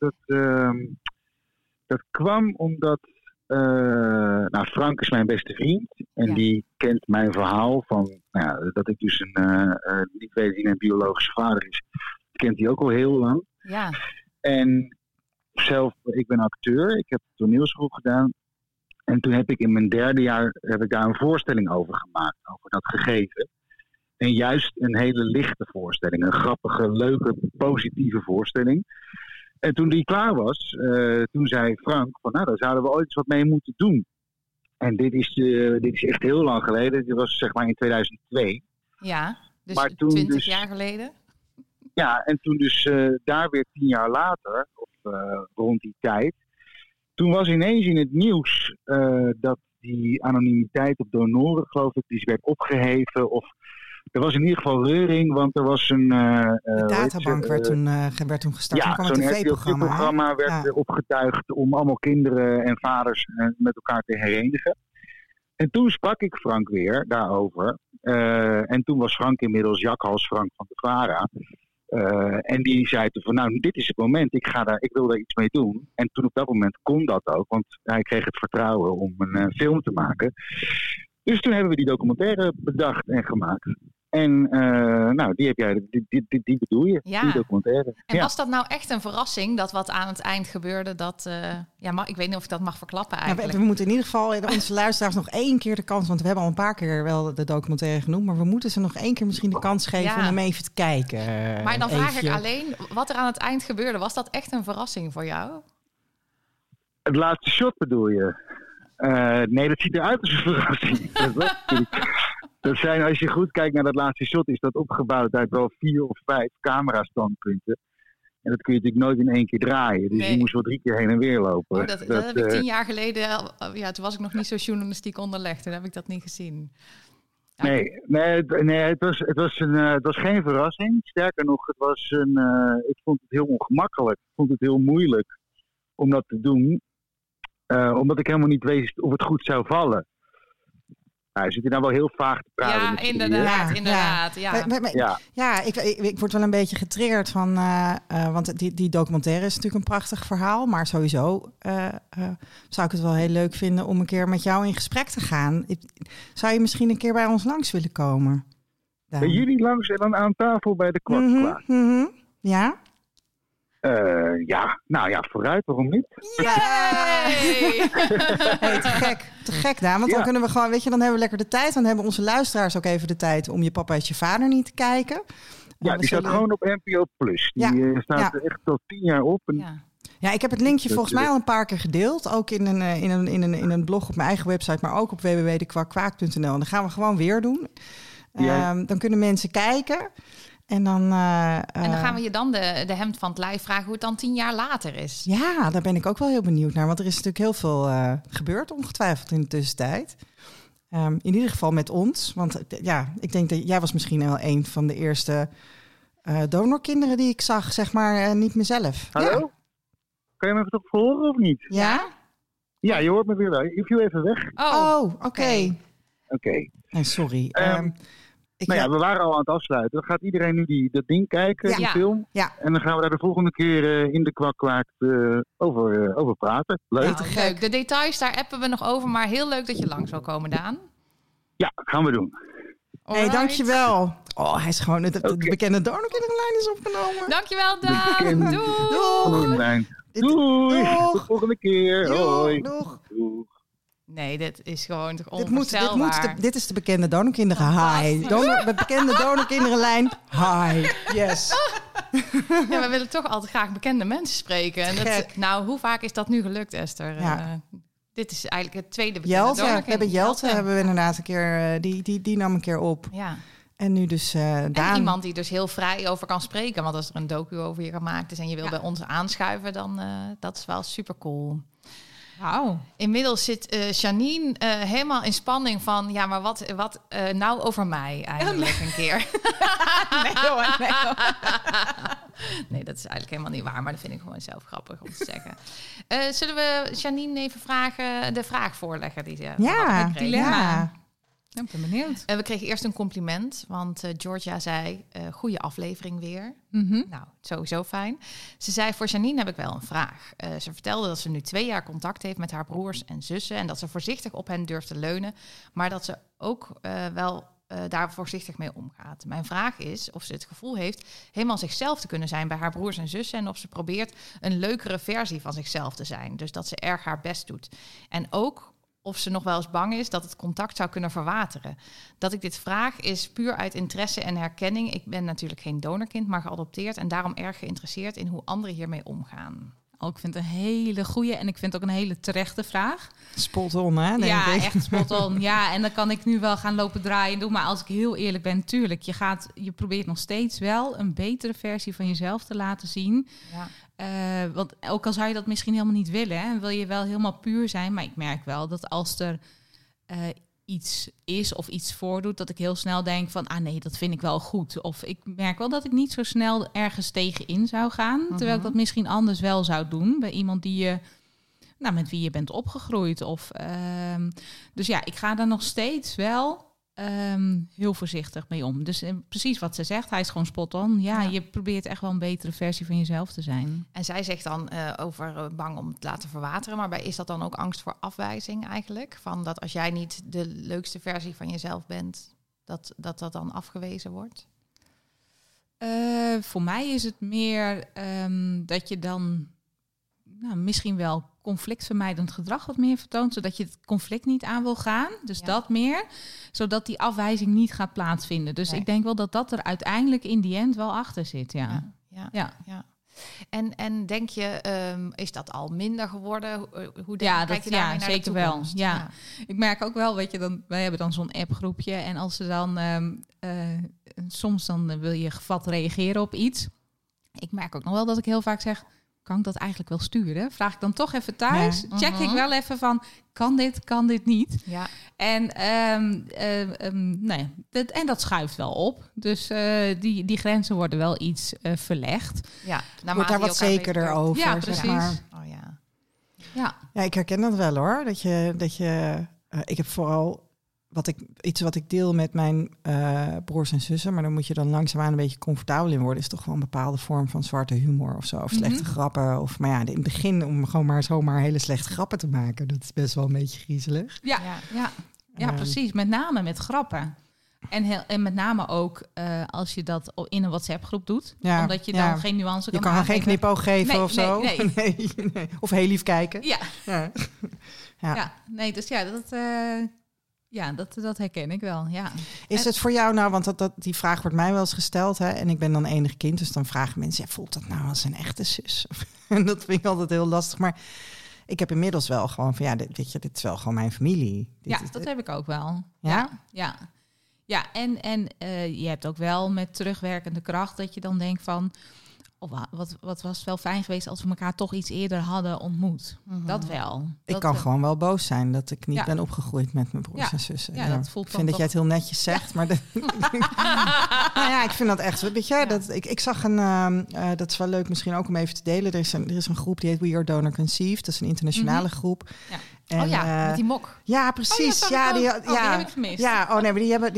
Dat kwam omdat Frank is mijn beste vriend. En die kent mijn verhaal van dat ik dus niet weet wie mijn biologische vader is. Dat kent hij ook al heel lang. Ja. En zelf, ik ben acteur. Ik heb toneelschool gedaan. En toen heb ik in mijn 3e jaar daar een voorstelling over gemaakt. Over dat gegeven. En juist een hele lichte voorstelling. Een grappige, leuke, positieve voorstelling. En toen die klaar was, toen zei Frank van daar zouden we ooit eens wat mee moeten doen. En dit is echt heel lang geleden. Dit was zeg maar in 2002. Ja, dus maar toen 20 jaar geleden. Ja, en toen dus daar weer 10 jaar later, of rond die tijd. Toen was ineens in het nieuws dat die anonimiteit op donoren, geloof ik, die werd opgeheven. Of er was in ieder geval reuring, want er was een... de databank werd toen gestart. Ja, zo'n tv-programma werd opgetuigd om allemaal kinderen en vaders met elkaar te herenigen. En toen sprak ik Frank weer daarover. En toen was Frank inmiddels Jakhals Frank van de VARA. En die zei toen van, nou, dit is het moment, ik wil daar iets mee doen. En toen op dat moment kon dat ook, want hij kreeg het vertrouwen om een film te maken. Dus toen hebben we die documentaire bedacht en gemaakt. En nou, die heb jij, die bedoel je, Ja. die documentaire. En Ja. was dat nou echt een verrassing, dat wat aan het eind gebeurde, dat... ik weet niet of ik dat mag verklappen Ja, eigenlijk. we moeten in ieder geval onze luisteraars nog 1 keer de kans... want we hebben al een paar keer wel de documentaire genoemd... maar we moeten ze nog 1 keer misschien de kans geven Ja. om hem even te kijken. Maar dan vraag Eventje. ik alleen, wat er aan het eind gebeurde, was dat echt een verrassing voor jou? Het laatste shot bedoel je? Nee, dat ziet eruit als een verrassing. Dat zijn, als je goed kijkt naar dat laatste shot, is dat opgebouwd uit wel 4 of 5 camerastandpunten. En dat kun je natuurlijk nooit in 1 keer draaien. Dus Nee. je moest wel 3 keer heen en weer lopen. Oh, dat heb ik 10 jaar geleden, toen was ik nog niet zo journalistiek onderlegd, toen heb ik dat niet gezien. Ja, Het was geen verrassing. Sterker nog, ik vond het heel ongemakkelijk. Ik vond het heel moeilijk om dat te doen. Omdat ik helemaal niet wist of het goed zou vallen. Nou, zit je nou wel heel vaag te praten. Ja, natuurlijk, inderdaad, hè? inderdaad. Ja. Ja, ik word wel een beetje getriggerd van... want die documentaire is natuurlijk een prachtig verhaal... maar sowieso zou ik het wel heel leuk vinden... om een keer met jou in gesprek te gaan. Zou je misschien een keer bij ons langs willen komen? Daan? Bij jullie langs en dan aan tafel bij de kwak. Ja? Nou ja, vooruit, waarom niet? Yay! Hey, te gek, Daan. Want dan kunnen we gewoon, weet je, dan hebben we lekker de tijd. Dan hebben onze luisteraars ook even de tijd om Je Papa is Je Vader niet te kijken. Ja, die staat gewoon op NPO Plus. Die staat echt al 10 jaar op. En Ja, ik heb het linkje volgens mij al een paar keer gedeeld. Ook in een blog op mijn eigen website, maar ook op www.dekwaakkwaak.nl. En dat gaan we gewoon weer doen. Dan kunnen mensen kijken. En dan gaan we je dan de hemd van het lijf vragen hoe het dan 10 jaar later is. Ja, daar ben ik ook wel heel benieuwd naar. Want er is natuurlijk heel veel gebeurd, ongetwijfeld in de tussentijd. In ieder geval met ons. Want ik denk dat jij was misschien wel een van de eerste donorkinderen die ik zag, zeg maar, niet mezelf. Hallo? Ja. Kan je me even toch horen of niet? Ja? Ja, je hoort me weer wel. Ik viel even weg. Oh, oké. Oké. En sorry. We waren al aan het afsluiten. Dan gaat iedereen nu dat ding kijken, die film. Ja. En dan gaan we daar de volgende keer in de kwak over praten. Leuk. Nou, leuk. De details, daar appen we nog over. Maar heel leuk dat je langs wil komen, Daan. Ja, gaan we doen. Hey, dankjewel. Oh, hij is gewoon de bekende donorkinderlijn is opgenomen. Dankjewel, Daan. Doei. Doei. Tot de volgende keer. Hoi. Doeg. Nee, dit is gewoon toch onvoorstelbaar. Dit is de bekende donorkinderen. Hi. De bekende donorkinderenlijn. Hi. Yes. Ja, we willen toch altijd graag bekende mensen spreken. En hoe vaak is dat nu gelukt, Esther? Ja. Dit is eigenlijk het tweede bekende donorkind. Jelte hebben we inderdaad een keer... Die nam een keer op. Ja. En nu dus Daan. En iemand die dus heel vrij over kan spreken. Want als er een docu over je gemaakt is en je wil bij ons aanschuiven, dan dat is wel super cool. Wauw. Inmiddels zit Janine helemaal in spanning van... ja, maar wat nou over mij eigenlijk een keer? Nee, dat is eigenlijk helemaal niet waar. Maar dat vind ik gewoon zelf grappig om te zeggen. Zullen we Janine even vragen, de vraag voorleggen die ze had gekregen? Dilemma. Ja, ik ben benieuwd. We kregen eerst een compliment, want Georgia zei... goede aflevering weer. Mm-hmm. Nou, sowieso fijn. Ze zei, voor Janine heb ik wel een vraag. Ze vertelde dat ze nu 2 jaar contact heeft met haar broers en zussen... en dat ze voorzichtig op hen durft te leunen... maar dat ze ook wel daar voorzichtig mee omgaat. Mijn vraag is of ze het gevoel heeft... helemaal zichzelf te kunnen zijn bij haar broers en zussen... en of ze probeert een leukere versie van zichzelf te zijn. Dus dat ze erg haar best doet. En ook... of ze nog wel eens bang is dat het contact zou kunnen verwateren. Dat ik dit vraag is puur uit interesse en herkenning. Ik ben natuurlijk geen donorkind, maar geadopteerd... en daarom erg geïnteresseerd in hoe anderen hiermee omgaan. Oh, ik vind het een hele goeie en ik vind het ook een hele terechte vraag. Spot on, hè? Denk ja, ik. echt spot on. Ja, en dan kan ik nu wel gaan lopen draaien en doen. Maar als ik heel eerlijk ben, tuurlijk, je probeert nog steeds wel een betere versie van jezelf te laten zien. Ja. Want ook al zou je dat misschien helemaal niet willen, hè, wil je wel helemaal puur zijn. Maar ik merk wel dat als er iets is of iets voordoet, dat ik heel snel denk van, nee, dat vind ik wel goed. Of ik merk wel dat ik niet zo snel ergens tegenin zou gaan. Terwijl ik dat misschien anders wel zou doen. Bij iemand die je met wie je bent opgegroeid. Dus ja, ik ga daar nog steeds wel heel voorzichtig mee om. Dus precies wat ze zegt, hij is gewoon spot on. Ja, je probeert echt wel een betere versie van jezelf te zijn. En zij zegt dan over bang om het te laten verwateren. Maar is dat dan ook angst voor afwijzing eigenlijk? Van dat als jij niet de leukste versie van jezelf bent, dat dan afgewezen wordt? Voor mij is het meer dat je dan misschien wel conflictvermijdend gedrag wat meer vertoont, zodat je het conflict niet aan wil gaan. Dus dat meer, zodat die afwijzing niet gaat plaatsvinden. Dus ik denk wel dat er uiteindelijk in die end wel achter zit. Ja. En denk je, is dat al minder geworden? Kijk je daarmee naar zeker de wel. Ja. Ik merk ook wel, wij hebben dan zo'n appgroepje en als ze dan soms dan wil je gevat reageren op iets. Ik merk ook nog wel dat ik heel vaak zeg, kan ik dat eigenlijk wel sturen? Vraag ik dan toch even thuis. Ja. Check ik wel even van, kan dit niet? Ja. En, en dat schuift wel op. Dus die grenzen worden wel iets verlegd. Ja, wordt daar wat zekerder over. Ja, precies. Zeg maar. Oh, ja. Ja, ik herken dat wel hoor. Dat je ik heb vooral wat ik deel met mijn broers en zussen, maar daar moet je dan langzaamaan een beetje comfortabel in worden, is toch wel een bepaalde vorm van zwarte humor of zo, of slechte grappen. Of, maar ja, in het begin om gewoon zomaar hele slechte grappen te maken, dat is best wel een beetje griezelig. Ja, precies. Met name met grappen. En met name ook als je dat in een WhatsApp-groep doet. Ja, omdat je dan geen nuance kan aangeven. Je kan geen knipoog geven of zo. Nee. Nee. Of heel lief kijken. Dat herken ik wel, ja. Is het voor jou nou, want die vraag wordt mij wel eens gesteld, hè? En ik ben dan enig kind, dus dan vragen mensen, voelt dat nou als een echte zus? En dat vind ik altijd heel lastig, maar ik heb inmiddels wel gewoon van, dit is wel gewoon mijn familie. Dat heb ik ook wel. Ja? Ja, en je hebt ook wel met terugwerkende kracht dat je dan denkt van, wat was het wel fijn geweest als we elkaar toch iets eerder hadden ontmoet. Mm-hmm. Dat wel. Ik kan gewoon wel boos zijn dat ik niet ben opgegroeid met mijn broers en zussen. Ja, dat voelt ik vind dat jij het heel netjes zegt, maar ik vind dat echt. Weet je, ik zag dat is wel leuk misschien ook om even te delen. Er is een groep die heet We Are Donor Conceived. Dat is een internationale groep. Ja. En, met die mok. Ja, precies. Die heb ik gemist. Ja, maar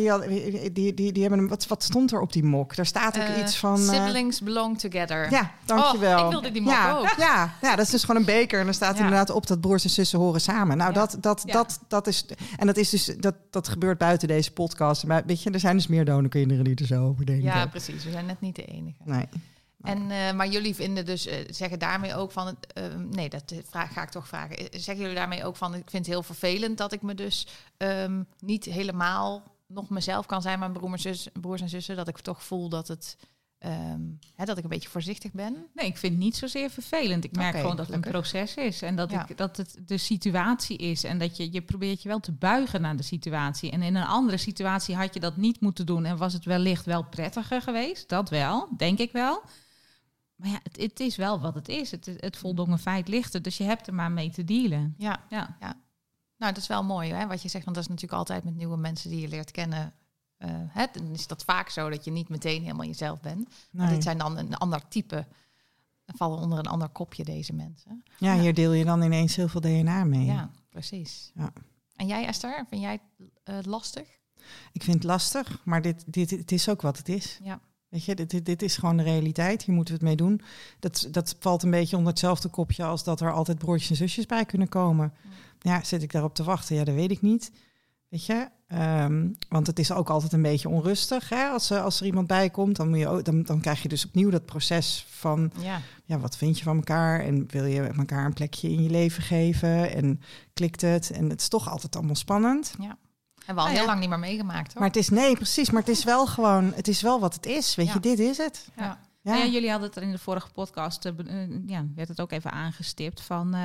die hebben wat stond er op die mok? Daar staat ook iets van siblings belong together. Ja, dankjewel. Ik wilde die mok ook. Ja, dat is dus gewoon een beker en dan staat inderdaad op dat broers en zussen horen samen. Nou, dat is, en dat is dus dat gebeurt buiten deze podcast. Maar weet je, er zijn dus meer donorkinderen die er zo over denken. Ja, precies. We zijn net niet de enige. Nee. Maar jullie vinden dus, zeggen daarmee ook van, ga ik toch vragen. Zeggen jullie daarmee ook van, ik vind het heel vervelend dat ik me dus niet helemaal nog mezelf kan zijn, mijn broers en zussen, dat ik toch voel dat het, dat ik een beetje voorzichtig ben? Nee, ik vind het niet zozeer vervelend. Ik merk gewoon dat het een proces is en dat het de situatie is en dat je probeert je wel te buigen naar de situatie. En in een andere situatie had je dat niet moeten doen en was het wellicht wel prettiger geweest. Dat wel, denk ik wel. Maar ja, het is wel wat het is. Het voldongen feit ligt er. Dus je hebt er maar mee te dealen. Ja. Nou, dat is wel mooi, hè, wat je zegt. Want dat is natuurlijk altijd met nieuwe mensen die je leert kennen. Dan is dat vaak zo dat je niet meteen helemaal jezelf bent. Nee. Maar dit zijn dan een ander type. Vallen onder een ander kopje deze mensen. Ja, hier deel je dan ineens heel veel DNA mee. Ja, precies. Ja. En jij, Esther, vind jij het lastig? Ik vind het lastig, maar dit is ook wat het is. Ja. Weet je, dit is gewoon de realiteit. Hier moeten we het mee doen. Dat valt een beetje onder hetzelfde kopje als dat er altijd broertjes en zusjes bij kunnen komen. Ja, zit ik daarop te wachten? Ja, dat weet ik niet. Weet je, want het is ook altijd een beetje onrustig. Hè? Als er iemand bij komt, dan, moet je ook, dan krijg je dus opnieuw dat proces van, wat vind je van elkaar? En wil je elkaar een plekje in je leven geven? En klikt het? En het is toch altijd allemaal spannend. Ja. Hebben we al heel lang niet meer meegemaakt, hoor. Maar het is, precies. Maar het is wel gewoon, het is wel wat het is. Weet je, dit is het. Ja. Ja, jullie hadden het er in de vorige podcast, werd het ook even aangestipt van,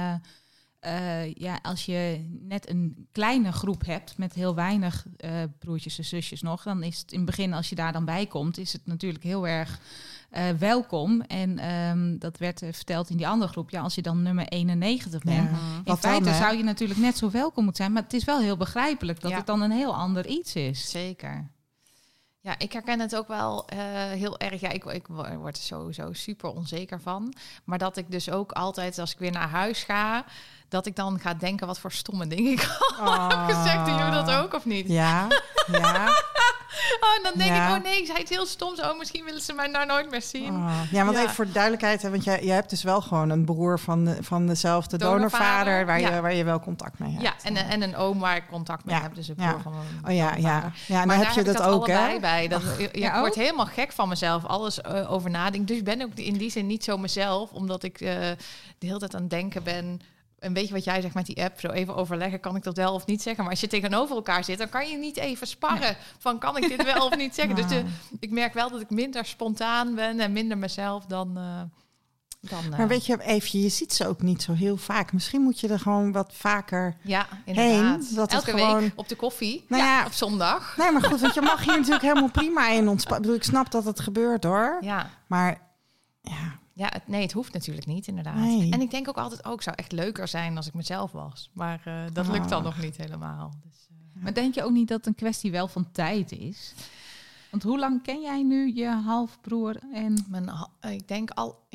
als je net een kleine groep hebt met heel weinig broertjes en zusjes nog, dan is het in het begin, als je daar dan bij komt, is het natuurlijk heel erg welkom. En dat werd verteld in die andere groep. Ja, als je dan nummer 91 bent. Ja. In feite zou je natuurlijk net zo welkom moeten zijn. Maar het is wel heel begrijpelijk dat het dan een heel ander iets is. Zeker. Ja, ik herken het ook wel heel erg. Ja, ik word er sowieso super onzeker van. Maar dat ik dus ook altijd, als ik weer naar huis ga, dat ik dan ga denken wat voor stomme dingen ik al heb gezegd. Doen jullie dat ook of niet? Ja. Oh, en dan denk ik, oh nee, ik zei het heel stoms. Oh, misschien willen ze mij nou nooit meer zien. Ja, want even voor de duidelijkheid, hè, want jij hebt dus wel gewoon een broer van dezelfde donorvader waar je wel contact mee hebt. Ja, en een oom waar ik contact mee heb, dus een broer van een donorvader. Ja, en dan heb je dat ook, hè? Bij. Ik word helemaal gek van mezelf, alles over nadenken. Dus ik ben ook in die zin niet zo mezelf, omdat ik de hele tijd aan het denken ben. En weet je wat jij zegt met die app? Zo even overleggen, kan ik dat wel of niet zeggen? Maar als je tegenover elkaar zit, dan kan je niet even sparren van kan ik dit wel of niet zeggen? Dus ik merk wel dat ik minder spontaan ben en minder mezelf dan maar weet je, even, je ziet ze ook niet zo heel vaak. Misschien moet je er gewoon wat vaker inderdaad. heen. Dat elke het gewoon week op de koffie, op zondag. Nee, maar goed, want je mag hier natuurlijk helemaal prima in ontspannen. Ik snap dat het gebeurt, hoor. Ja. Maar ja, het hoeft natuurlijk niet, inderdaad. Nee. En ik denk ook altijd, het zou echt leuker zijn als ik mezelf was. Maar dat lukt dan nog niet helemaal. Dus, Maar denk je ook niet dat het een kwestie wel van tijd is? Want hoe lang ken jij nu je halfbroer? Ik denk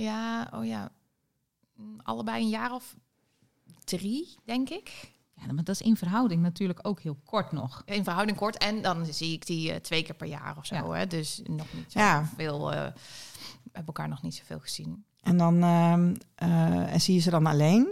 allebei een jaar of 3, denk ik. Ja, maar dat is in verhouding natuurlijk ook heel kort nog. In verhouding kort. En dan zie ik die 2 keer per jaar of zo. Ja. Hè? Dus nog niet zo veel. We hebben elkaar nog niet zoveel gezien. En dan en zie je ze dan alleen?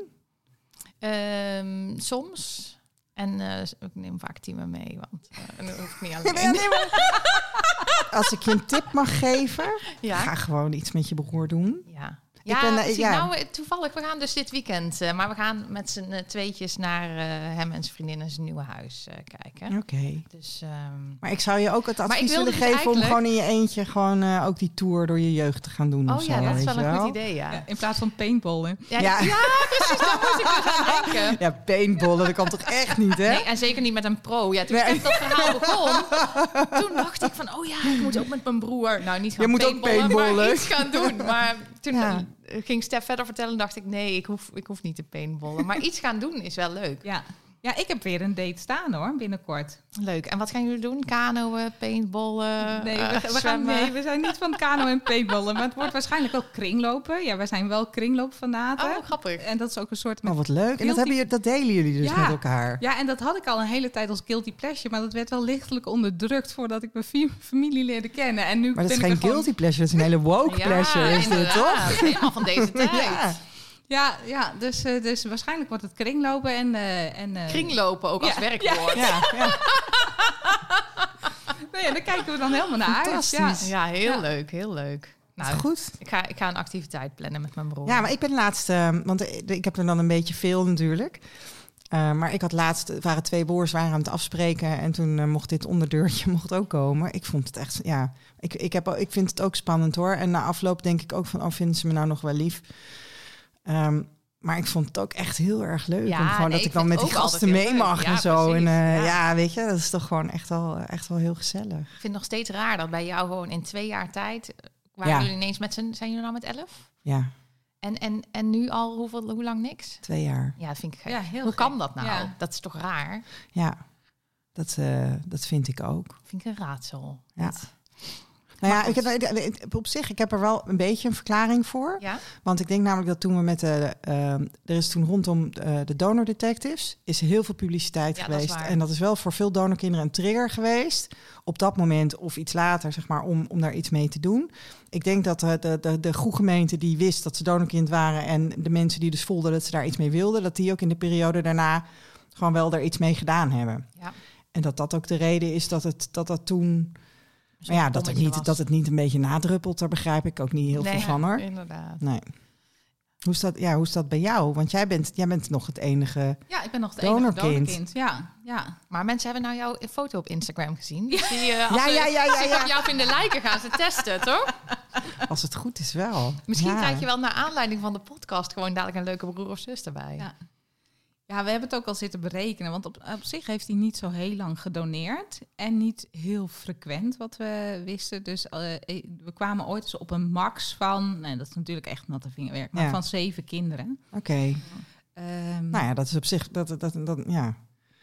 Soms. En ik neem vaak Timo mee, want dan hoef ik niet alleen. Als ik je een tip mag geven, ga gewoon iets met je broer doen. Ja. Toevallig, we gaan dus dit weekend, maar we gaan met z'n tweetjes naar hem en zijn vriendin in zijn nieuwe huis kijken. Oké. Dus, maar ik zou je ook het advies willen geven om gewoon in je eentje gewoon ook die tour door je jeugd te gaan doen. Oh of ja, zo, dat is weet wel je een wel? goed idee, ja. In plaats van paintballen. Ja, precies, daar moest ik dus aan denken. Ja, paintballen, dat kan toch echt niet, hè? Nee, en zeker niet met een pro. Ja, toen ik dat verhaal begon, toen dacht ik van, ik moet ook met mijn broer. Nou, niet gaan paintballen, maar iets gaan doen. Maar toen ging Stef verder vertellen en dacht ik, nee, ik hoef niet te paintballen. Maar iets gaan doen is wel leuk. Ja, ik heb weer een date staan, hoor, binnenkort. Leuk. En wat gaan jullie doen? Kanoën, paintballen, Nee, we zijn niet van kano en paintballen. Maar het wordt waarschijnlijk ook kringlopen. Ja, wij zijn wel kringloopfanaten. Oh, grappig. En dat is ook een soort... wat leuk. En dat delen jullie dus met elkaar. Ja, en dat had ik al een hele tijd als guilty pleasure. Maar dat werd wel lichtelijk onderdrukt voordat ik mijn familie leerde kennen. En nu maar dat is geen guilty pleasure, dat is een hele woke pleasure. Is dit, toch? Helemaal van deze tijd. Ja, dus waarschijnlijk wordt het kringlopen en kringlopen ook als werkwoord. Ja. Nee, daar kijken we dan helemaal naar uit. Ja, heel leuk, heel leuk. Nou, goed. Ik ga een activiteit plannen met mijn broer. Ja, maar ik ben laatst, want ik heb er dan een beetje veel natuurlijk. Maar ik had laatst, het waren 2 broers aan het afspreken en toen mocht dit onderdeurtje ook komen. Ik vond het echt, ik vind het ook spannend, hoor. En na afloop denk ik ook van, vinden ze me nou nog wel lief? Maar ik vond het ook echt heel erg leuk. Ja, gewoon dat ik dan met die gasten mee mag en zo. Precies, en weet je, dat is toch gewoon echt wel heel gezellig. Ik vind het nog steeds raar dat bij jou gewoon in 2 jaar tijd waren jullie ineens zijn jullie nou met 11? Ja. En nu al hoe lang niks? 2 jaar. Ja, dat vind ik gek. Ja, heel hoe gek. kan dat nou? Ja. Dat is toch raar? Ja, dat vind ik ook. Vind ik een raadsel. Ja. Nou ja, op zich, ik heb er wel een beetje een verklaring voor. Ja? Want ik denk namelijk dat toen we met er is toen rondom de Donor Detectives is heel veel publiciteit geweest. En dat is wel voor veel donorkinderen een trigger geweest. Op dat moment of iets later, zeg maar, om daar iets mee te doen. Ik denk dat de goede gemeente die wist dat ze donorkind waren en de mensen die dus voelden dat ze daar iets mee wilden, dat die ook in de periode daarna gewoon wel daar iets mee gedaan hebben. Ja. En dat ook de reden is dat toen... Maar ja, dat het niet een beetje nadruppelt, daar begrijp ik ook niet heel veel van, hoor. Inderdaad. Nee. Hoe is dat bij jou? Want jij bent nog het enige. Ja, ik ben nog het enige donorkind. Ja. Maar mensen hebben nou jouw foto op Instagram gezien. Dus als ze op jou vinden lijken, gaan ze testen, toch? Als het goed is wel. Misschien krijg je wel naar aanleiding van de podcast gewoon dadelijk een leuke broer of zus erbij. Ja, we hebben het ook al zitten berekenen. Want op zich heeft hij niet zo heel lang gedoneerd. En niet heel frequent, wat we wisten. Dus we kwamen ooit eens op een max van... Nee, dat is natuurlijk echt natte vingerwerk. Maar van 7 kinderen. Oké. Nou ja, dat is op zich...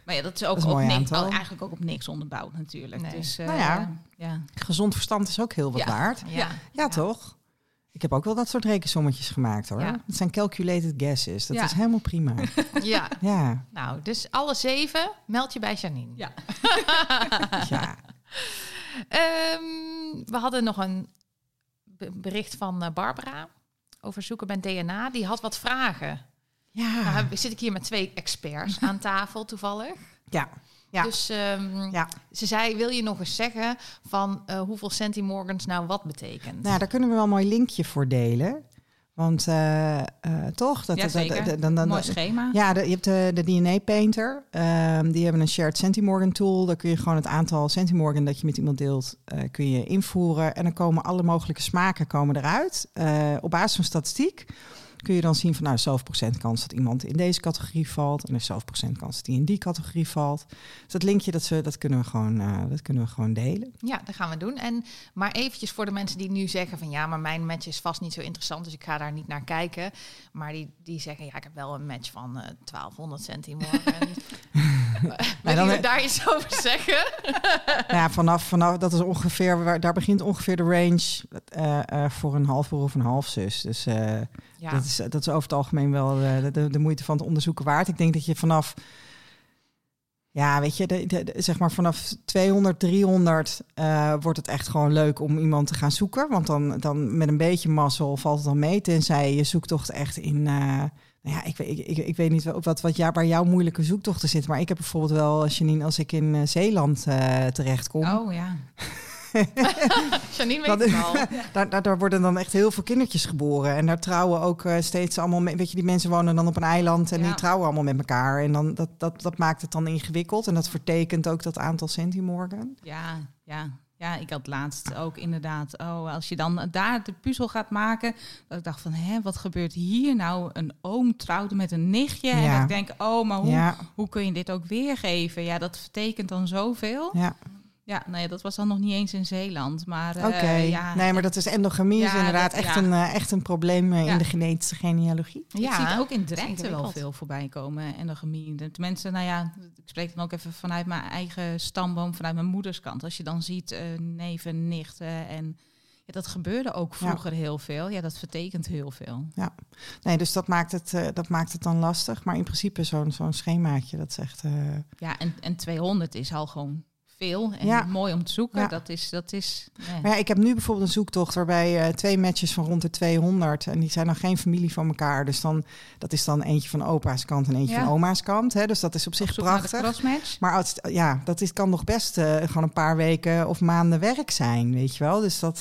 Maar ja, dat is ook Dat is een op mooi niks, aantal. eigenlijk ook op niks onderbouwd natuurlijk. Nee. Dus, Nou ja. ja. Gezond verstand is ook heel wat Ja. waard. Ja, toch? Ik heb ook wel dat soort rekensommetjes gemaakt, hoor. Ja. Het zijn calculated guesses. Dat Ja. is helemaal prima. Ja. Ja, Nou, dus alle 7 meld je bij Janine. Ja. ja. We hadden nog een bericht van Barbara over zoeken bij DNA. Die had wat vragen. Ja. Nou, zit ik hier met 2 experts aan tafel toevallig. Ja. Ja. Dus Ja. ze zei, wil je nog eens zeggen van hoeveel centimorgans nou wat betekent? Nou, daar kunnen we wel een mooi linkje voor delen. Want toch? Ja, zeker. Mooi schema. Ja, je hebt de DNA Painter. Die hebben een shared centimorgan tool. Daar kun je gewoon het aantal centimorgan dat je met iemand deelt, kun je invoeren. En dan komen alle mogelijke smaken eruit. Op basis van statistiek kun je dan zien van, nou, zoveel procent kans dat iemand in deze categorie valt. En er is zoveel procent kans dat die in die categorie valt. Dus dat linkje, dat kunnen we gewoon delen. Ja, dat gaan we doen. Maar eventjes voor de mensen die nu zeggen van ja, maar mijn match is vast niet zo interessant, dus ik ga daar niet naar kijken. Maar die zeggen, ja, ik heb wel een match van 1200 centimorgan. Wil je daar iets over zeggen? Ja, vanaf dat is ongeveer, daar begint ongeveer de range voor een halfbroer of een halfzus. Dus Ja. dat is over het algemeen wel de moeite van het onderzoeken waard. Ik denk dat je vanaf, ja, weet je, zeg maar vanaf 200, 300 wordt het echt gewoon leuk om iemand te gaan zoeken. Want dan met een beetje mazzel valt het dan mee. Tenzij je zoektocht echt in, nou ja, ik weet niet waar jouw moeilijke zoektochten zitten. Maar ik heb bijvoorbeeld wel, Janine, als ik in Zeeland terechtkom. Oh ja. Janine weet het al. Daar worden dan echt heel veel kindertjes geboren. En daar trouwen ook steeds allemaal... Weet je, die mensen wonen dan op een eiland en die trouwen allemaal met elkaar. En dan, dat maakt het dan ingewikkeld. En dat vertekent ook dat aantal centimorgan. Ja, ik had laatst ook inderdaad... als je dan daar de puzzel gaat maken... dat ik dacht van, wat gebeurt hier nou? Een oom trouwde met een nichtje. Ja. En dat ik denk, maar hoe hoe kun je dit ook weergeven? Ja, dat vertekent dan zoveel. Ja. Ja, nee, dat was dan nog niet eens in Zeeland. Maar nee, maar dat is endogamie is inderdaad echt een probleem in de genetische genealogie. Ik zie het ook in Drenthe ingewikkeld. wel veel voorbij komen, endogamie. De mensen, nou ja, ik spreek dan ook even vanuit mijn eigen stamboom, vanuit mijn moederskant. Als je dan ziet neven, nichten en... Ja, dat gebeurde ook vroeger heel veel. Ja, dat vertekent heel veel. Ja, nee, dus dat maakt het dan lastig. Maar in principe zo'n schemaatje, dat is echt... Ja, en 200 is al gewoon veel en mooi om te zoeken. Ja. Dat is. Maar ja, ik heb nu bijvoorbeeld een zoektocht waarbij 2 matches van rond de 200 en die zijn dan geen familie van elkaar. Dus dat is dan eentje van opa's kant en eentje van oma's kant. Hè? Dus dat is op zich prachtig. Maar kan nog best gewoon een paar weken of maanden werk zijn, weet je wel. Dus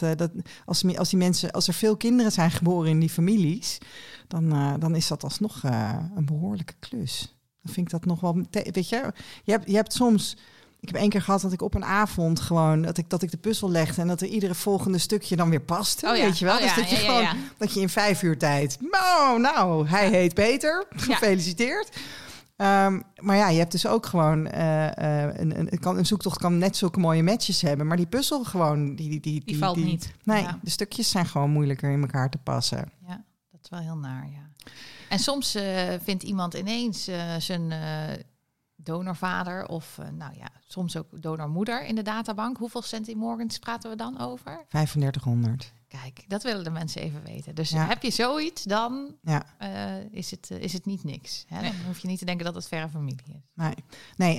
als er veel kinderen zijn geboren in die families, dan is dat alsnog een behoorlijke klus. Dan vind ik dat nog wel, weet je, je hebt soms. Ik heb 1 keer gehad dat ik op een avond gewoon... dat ik de puzzel legde en dat er iedere volgende stukje dan weer paste. Weet je wel? Dus dat je dat je in 5 uur tijd... Nou, hij heet Peter. Gefeliciteerd. Maar ja, je hebt dus ook gewoon... een zoektocht kan net zulke mooie matches hebben. Maar die puzzel gewoon... Die valt niet. Nee, de stukjes zijn gewoon moeilijker in elkaar te passen. Ja, dat is wel heel naar, ja. En soms vindt iemand ineens zijn... donorvader of soms ook donormoeder in de databank. Hoeveel centimorgans praten we dan over? 3500. Kijk, dat willen de mensen even weten. Dus heb je zoiets, dan is het niet niks. Hè? Dan hoef je niet te denken dat het verre familie is. Nee.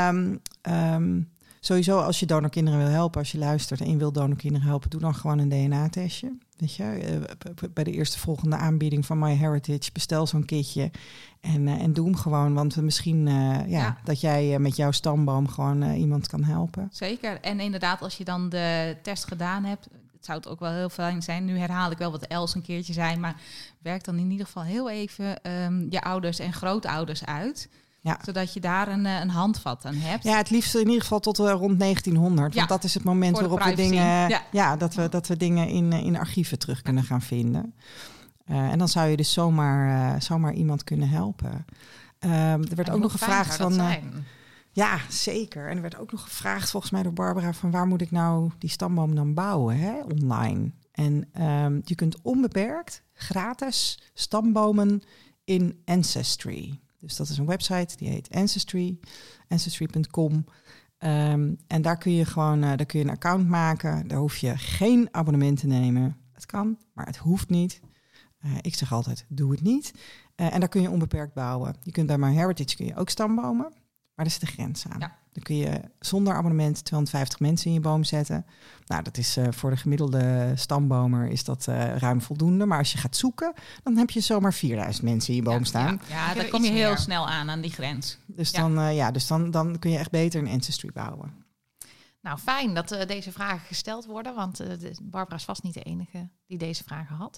En sowieso als je donorkinderen wil helpen, als je luistert en je wil donorkinderen helpen, doe dan gewoon een DNA-testje. Weet je, bij de eerste volgende aanbieding van MyHeritage bestel zo'n kitje en doe hem gewoon. Want misschien dat jij met jouw stamboom gewoon iemand kan helpen. Zeker. En inderdaad, als je dan de test gedaan hebt, het zou het ook wel heel fijn zijn. Nu herhaal ik wel wat Els een keertje zei, maar werk dan in ieder geval heel even je ouders en grootouders uit. Ja. Zodat je daar een handvat aan hebt. Ja, het liefst in ieder geval tot rond 1900. Want dat is het moment waarop we dingen... dat we dingen in archieven terug kunnen gaan vinden. En dan zou je dus zomaar iemand kunnen helpen. Er werd ook nog gevraagd van... ja, zeker. En er werd ook nog gevraagd volgens mij door Barbara van waar moet ik nou die stamboom dan bouwen, online? En je kunt onbeperkt gratis stambomen in Ancestry. Dus dat is een website, die heet Ancestry, ancestry.com. En daar kun je gewoon daar kun je een account maken. Daar hoef je geen abonnement te nemen. Het kan, maar het hoeft niet. Ik zeg altijd, doe het niet. En daar kun je onbeperkt bouwen. Je kunt bij MyHeritage kun je ook stambomen, maar er zit een grens aan. Ja. Dan kun je zonder abonnement 250 mensen in je boom zetten. Nou, dat is voor de gemiddelde stambomer is dat ruim voldoende. Maar als je gaat zoeken, dan heb je zomaar 4000 mensen in je boom staan. Ja, daar kom je heel snel aan die grens. Dus, dan kun je echt beter een Ancestry bouwen. Nou, fijn dat deze vragen gesteld worden, want Barbara is vast niet de enige die deze vragen had.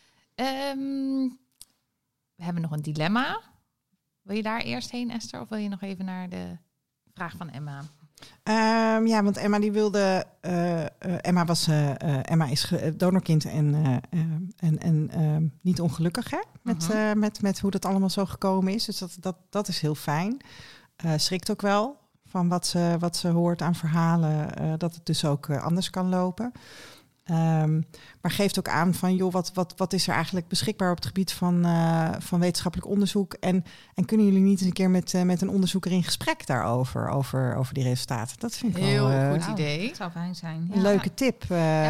We hebben nog een dilemma. Wil je daar eerst heen, Esther? Of wil je nog even naar de vraag van Emma? Want Emma die wilde... Emma is donorkind en niet ongelukkig, hè? Met hoe dat allemaal zo gekomen is. Dus dat is heel fijn. Schrikt ook wel van wat ze hoort aan verhalen. Dat het dus ook anders kan lopen. Maar geeft ook aan van, joh, wat is er eigenlijk beschikbaar op het gebied van wetenschappelijk onderzoek? En kunnen jullie niet eens een keer met een onderzoeker in gesprek daarover, over die resultaten? Dat vind ik heel wel goed idee. Dat zou fijn zijn. Een leuke tip.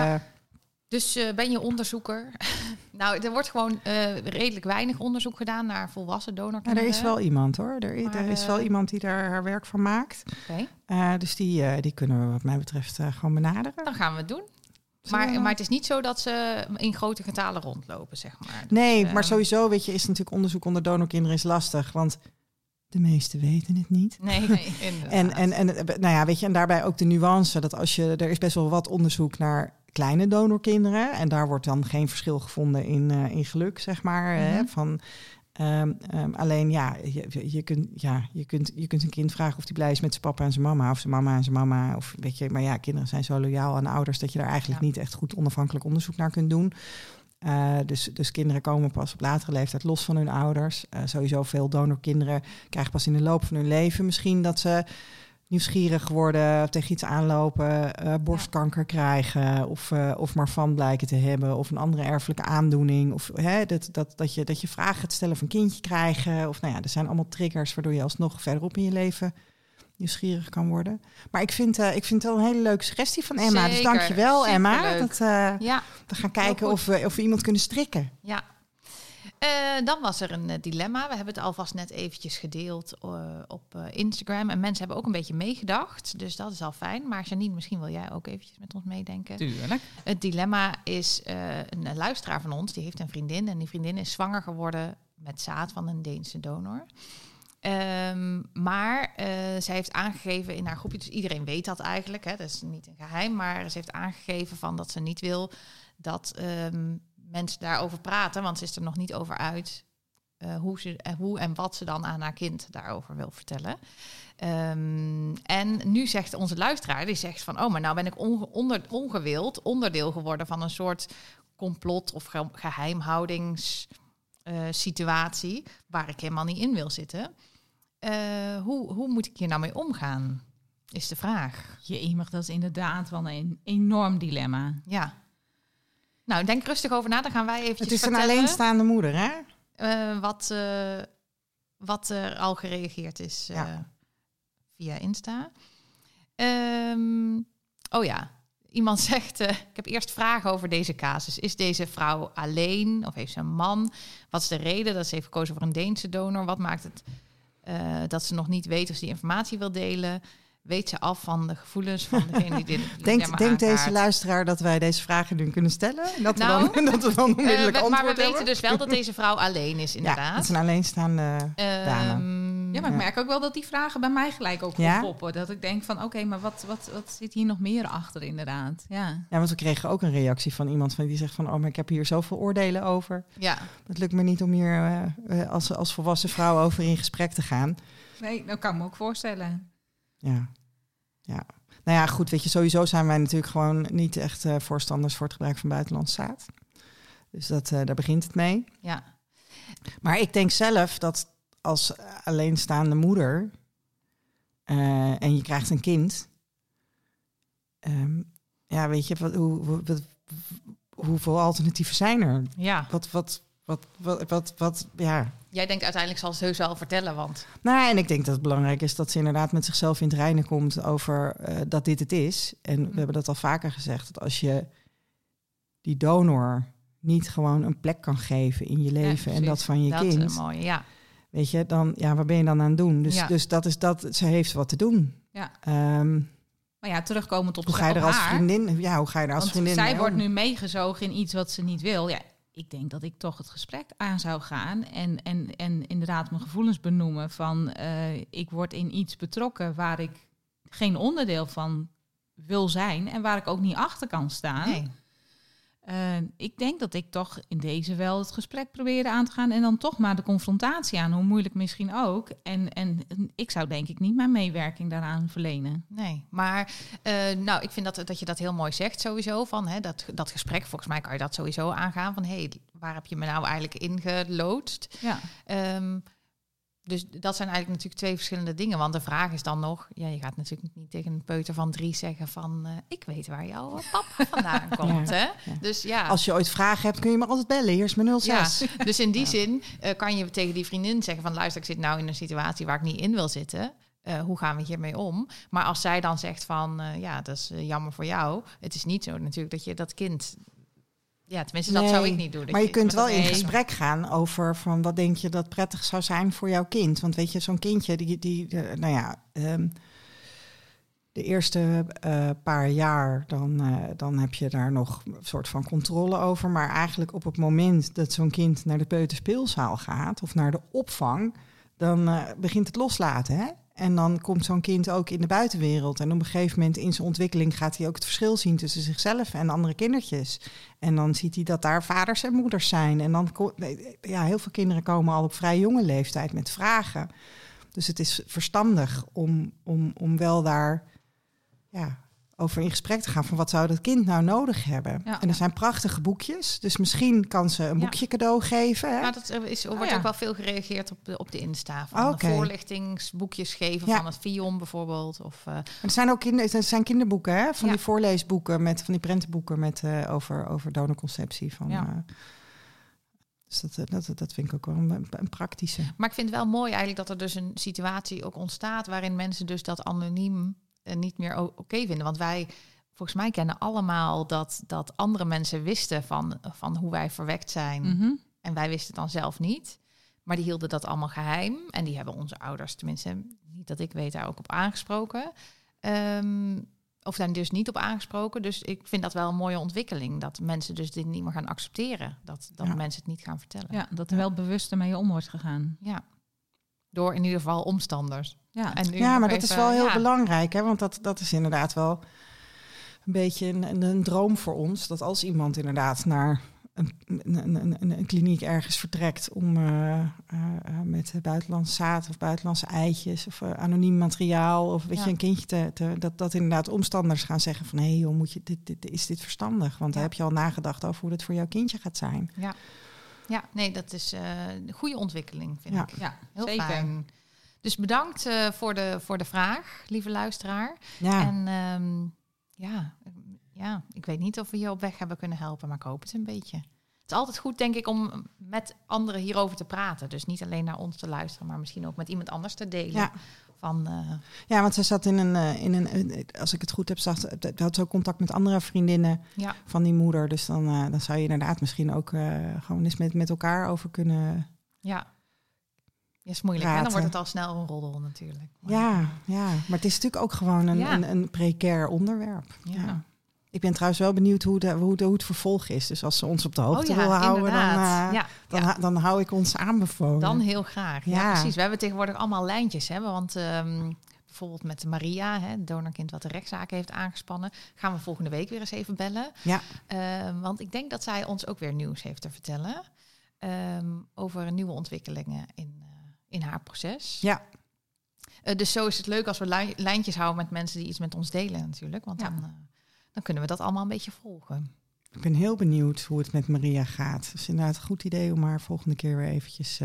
Dus ben je onderzoeker? Nou, er wordt gewoon redelijk weinig onderzoek gedaan naar volwassen donorkinderen. Er is wel iemand, hoor. Er is wel iemand die daar haar werk van maakt. Okay. Dus die kunnen we wat mij betreft gewoon benaderen. Dan gaan we het doen. Maar het is niet zo dat ze in grote getalen rondlopen, zeg maar. Dus, nee, maar sowieso, weet je, is natuurlijk onderzoek onder donorkinderen is lastig. Want de meesten weten het niet. Nee, en nou ja, weet je, en daarbij ook de nuance dat er is best wel wat onderzoek naar kleine donorkinderen. En daar wordt dan geen verschil gevonden in geluk, zeg maar. Mm-hmm. Alleen ja, je kunt een kind vragen of hij blij is met zijn papa en zijn mama. Of zijn mama en zijn mama. Of weet je, maar ja, kinderen zijn zo loyaal aan ouders dat je daar eigenlijk niet echt goed onafhankelijk onderzoek naar kunt doen. Dus kinderen komen pas op latere leeftijd los van hun ouders. Sowieso veel donorkinderen krijgen pas in de loop van hun leven misschien dat ze nieuwsgierig worden, tegen iets aanlopen, borstkanker krijgen of Marfan blijken te hebben of een andere erfelijke aandoening. Of dat je vragen gaat stellen of een kindje krijgen. Of nou ja, er zijn allemaal triggers waardoor je alsnog verderop in je leven nieuwsgierig kan worden. Maar ik vind het wel een hele leuke suggestie van Emma. Zeker, dus dankjewel Emma. We gaan kijken of we iemand kunnen strikken. Ja. Dan was er een dilemma. We hebben het alvast net eventjes gedeeld op Instagram. En mensen hebben ook een beetje meegedacht. Dus dat is al fijn. Maar Janine, misschien wil jij ook eventjes met ons meedenken. Tuurlijk. Het dilemma is een luisteraar van ons. Die heeft een vriendin. En die vriendin is zwanger geworden met zaad van een Deense donor. Maar zij heeft aangegeven in haar groepje, dus iedereen weet dat eigenlijk, hè, dat is niet een geheim, maar ze heeft aangegeven van dat ze niet wil dat mensen daarover praten, want ze is er nog niet over uit hoe en wat ze dan aan haar kind daarover wil vertellen. En nu zegt onze luisteraar, die zegt van, maar nou ben ik ongewild onderdeel geworden van een soort complot of geheimhoudingssituatie waar ik helemaal niet in wil zitten. Hoe moet ik hier nou mee omgaan, is de vraag. Dat is inderdaad wel een enorm dilemma. Ja. Nou, denk rustig over na, dan gaan wij eventjes vertellen. Het is een alleenstaande moeder, hè? Wat er al gereageerd is via Insta. Iemand zegt, ik heb eerst vragen over deze casus. Is deze vrouw alleen of heeft ze een man? Wat is de reden dat ze heeft gekozen voor een Deense donor? Wat maakt het dat ze nog niet weet of ze die informatie wil delen? Weet ze af van de gevoelens van degene die dit Denkt deze luisteraar dat wij deze vragen nu kunnen stellen? Dat we dan onmiddellijk antwoord maar we hebben? weten dus wel dat deze vrouw alleen is, inderdaad. Ja, het is een alleenstaande dame. Ja, maar ik merk ook wel dat die vragen bij mij gelijk ook poppen. Dat ik denk van, oké, maar wat zit hier nog meer achter, inderdaad? Ja, want we kregen ook een reactie van iemand die zegt van, maar ik heb hier zoveel oordelen over. Ja. Het lukt me niet om hier als volwassen vrouw over in gesprek te gaan. Nee, dat kan ik me ook voorstellen. Ja. Nou ja, goed, weet je, sowieso zijn wij natuurlijk gewoon niet echt voorstanders voor het gebruik van buitenlandse zaad. Dus daar begint het mee. Ja. Maar ik denk zelf dat als alleenstaande moeder en je krijgt een kind, weet je, hoeveel alternatieven zijn er? Ja. Jij denkt uiteindelijk zal ze heus wel vertellen, want... Nou, en ik denk dat het belangrijk is dat ze inderdaad met zichzelf in het reinen komt over dat dit het is. En we hebben dat al vaker gezegd, dat als je die donor niet gewoon een plek kan geven in je leven en dat van je kind. Dat is mooi, ja. Weet je, dan, waar ben je dan aan het doen? Dus dat is dat, ze heeft wat te doen. Ja. Maar ja, terugkomend op hoe ga je er als haar, vriendin? Ja, hoe ga je er als vriendin? Zij wordt nu meegezogen in iets wat ze niet wil. Ja, ik denk dat ik toch het gesprek aan zou gaan en inderdaad mijn gevoelens benoemen van ik word in iets betrokken waar ik geen onderdeel van wil zijn en waar ik ook niet achter kan staan. Nee. Ik denk dat ik toch in deze wel het gesprek probeerde aan te gaan en dan toch maar de confrontatie aan, hoe moeilijk misschien ook. En ik zou denk ik niet mijn meewerking daaraan verlenen. Nee, maar ik vind dat je dat heel mooi zegt sowieso. Van, dat gesprek, volgens mij kan je dat sowieso aangaan. Van, waar heb je me nou eigenlijk ingeloodst? Ja. Dus dat zijn eigenlijk natuurlijk twee verschillende dingen. Want de vraag is dan nog... Ja, je gaat natuurlijk niet tegen een peuter van 3 zeggen van... ik weet waar jouw papa vandaan komt, hè? Ja. Dus ja... Als je ooit vragen hebt, kun je me altijd bellen. Hier is mijn 06. Ja, dus in die zin kan je tegen die vriendin zeggen van... luister, ik zit nou in een situatie waar ik niet in wil zitten. Hoe gaan we hiermee om? Maar als zij dan zegt van... dat is jammer voor jou. Het is niet zo natuurlijk dat je dat kind... Ja, tenminste, dat zou ik niet doen. Maar je kunt wel in gesprek gaan over van wat denk je dat prettig zou zijn voor jouw kind. Want weet je, zo'n kindje, de eerste paar jaar, dan heb je daar nog een soort van controle over. Maar eigenlijk op het moment dat zo'n kind naar de peuterspeelzaal gaat of naar de opvang, dan begint het loslaten, hè? En dan komt zo'n kind ook in de buitenwereld. En op een gegeven moment in zijn ontwikkeling gaat hij ook het verschil zien tussen zichzelf en andere kindertjes. En dan ziet hij dat daar vaders en moeders zijn. En dan heel veel kinderen komen al op vrij jonge leeftijd met vragen. Dus het is verstandig om wel daar over in gesprek te gaan van wat zou dat kind nou nodig hebben. Ja. En er zijn prachtige boekjes, dus misschien kan ze een boekje cadeau geven. Hè? Maar dat wordt ook wel veel gereageerd op de Insta. Van voorlichtingsboekjes geven van het Vion bijvoorbeeld. Of, Er zijn ook kinderboeken, hè? Van die voorleesboeken, van die prentenboeken met over donorconceptie. Dus dat vind ik ook wel een praktische. Maar ik vind het wel mooi eigenlijk dat er dus een situatie ook ontstaat waarin mensen dus dat anoniem niet meer oké vinden. Want wij, volgens mij, kennen allemaal dat andere mensen wisten van hoe wij verwekt zijn. Mm-hmm. En wij wisten het dan zelf niet. Maar die hielden dat allemaal geheim. En die hebben onze ouders, tenminste, niet dat ik weet, daar ook op aangesproken. Of daar dus niet op aangesproken. Dus ik vind dat wel een mooie ontwikkeling. Dat mensen dus dit niet meer gaan accepteren. Dat mensen het niet gaan vertellen. Ja, dat er wel bewuster mee om wordt gegaan. Ja. Door in ieder geval omstanders. Ja, maar dat is wel heel belangrijk. Hè? Want dat is inderdaad wel een beetje een droom voor ons. Dat als iemand inderdaad naar een kliniek ergens vertrekt om met buitenlandse zaad of buitenlandse eitjes of anoniem materiaal of een kindje dat inderdaad omstanders gaan zeggen van hé joh, is dit verstandig? Want daar heb je al nagedacht over hoe dat voor jouw kindje gaat zijn. Ja, nee, dat is een goede ontwikkeling, vind ik. Ja, heel zeker. Fijn. Dus bedankt voor de vraag, lieve luisteraar. Ja. En ik weet niet of we je op weg hebben kunnen helpen, maar ik hoop het een beetje. Het is altijd goed, denk ik, om met anderen hierover te praten. Dus niet alleen naar ons te luisteren, maar misschien ook met iemand anders te delen. Ja. Ja, want ze zat in een, als ik het goed heb, had zo contact met andere vriendinnen van die moeder. Dus dan zou je inderdaad misschien ook gewoon eens met elkaar over kunnen. Ja, is moeilijk. Hè? Dan wordt het al snel een roddel natuurlijk. Maar maar het is natuurlijk ook gewoon een precair onderwerp. Ja. Ik ben trouwens wel benieuwd hoe het vervolg is. Dus als ze ons op de hoogte wil houden, dan hou ik ons aanbevolen. Dan heel graag. Ja, precies. We hebben tegenwoordig allemaal lijntjes. Hè? Want bijvoorbeeld met Maria, het donorkind wat de rechtszaak heeft aangespannen, gaan we volgende week weer eens even bellen. Ja. Want ik denk dat zij ons ook weer nieuws heeft te vertellen over nieuwe ontwikkelingen in haar proces. Ja. Dus zo is het leuk als we lijntjes houden met mensen die iets met ons delen natuurlijk. Want dan kunnen we dat allemaal een beetje volgen. Ik ben heel benieuwd hoe het met Maria gaat. Het is inderdaad een goed idee om haar volgende keer weer eventjes...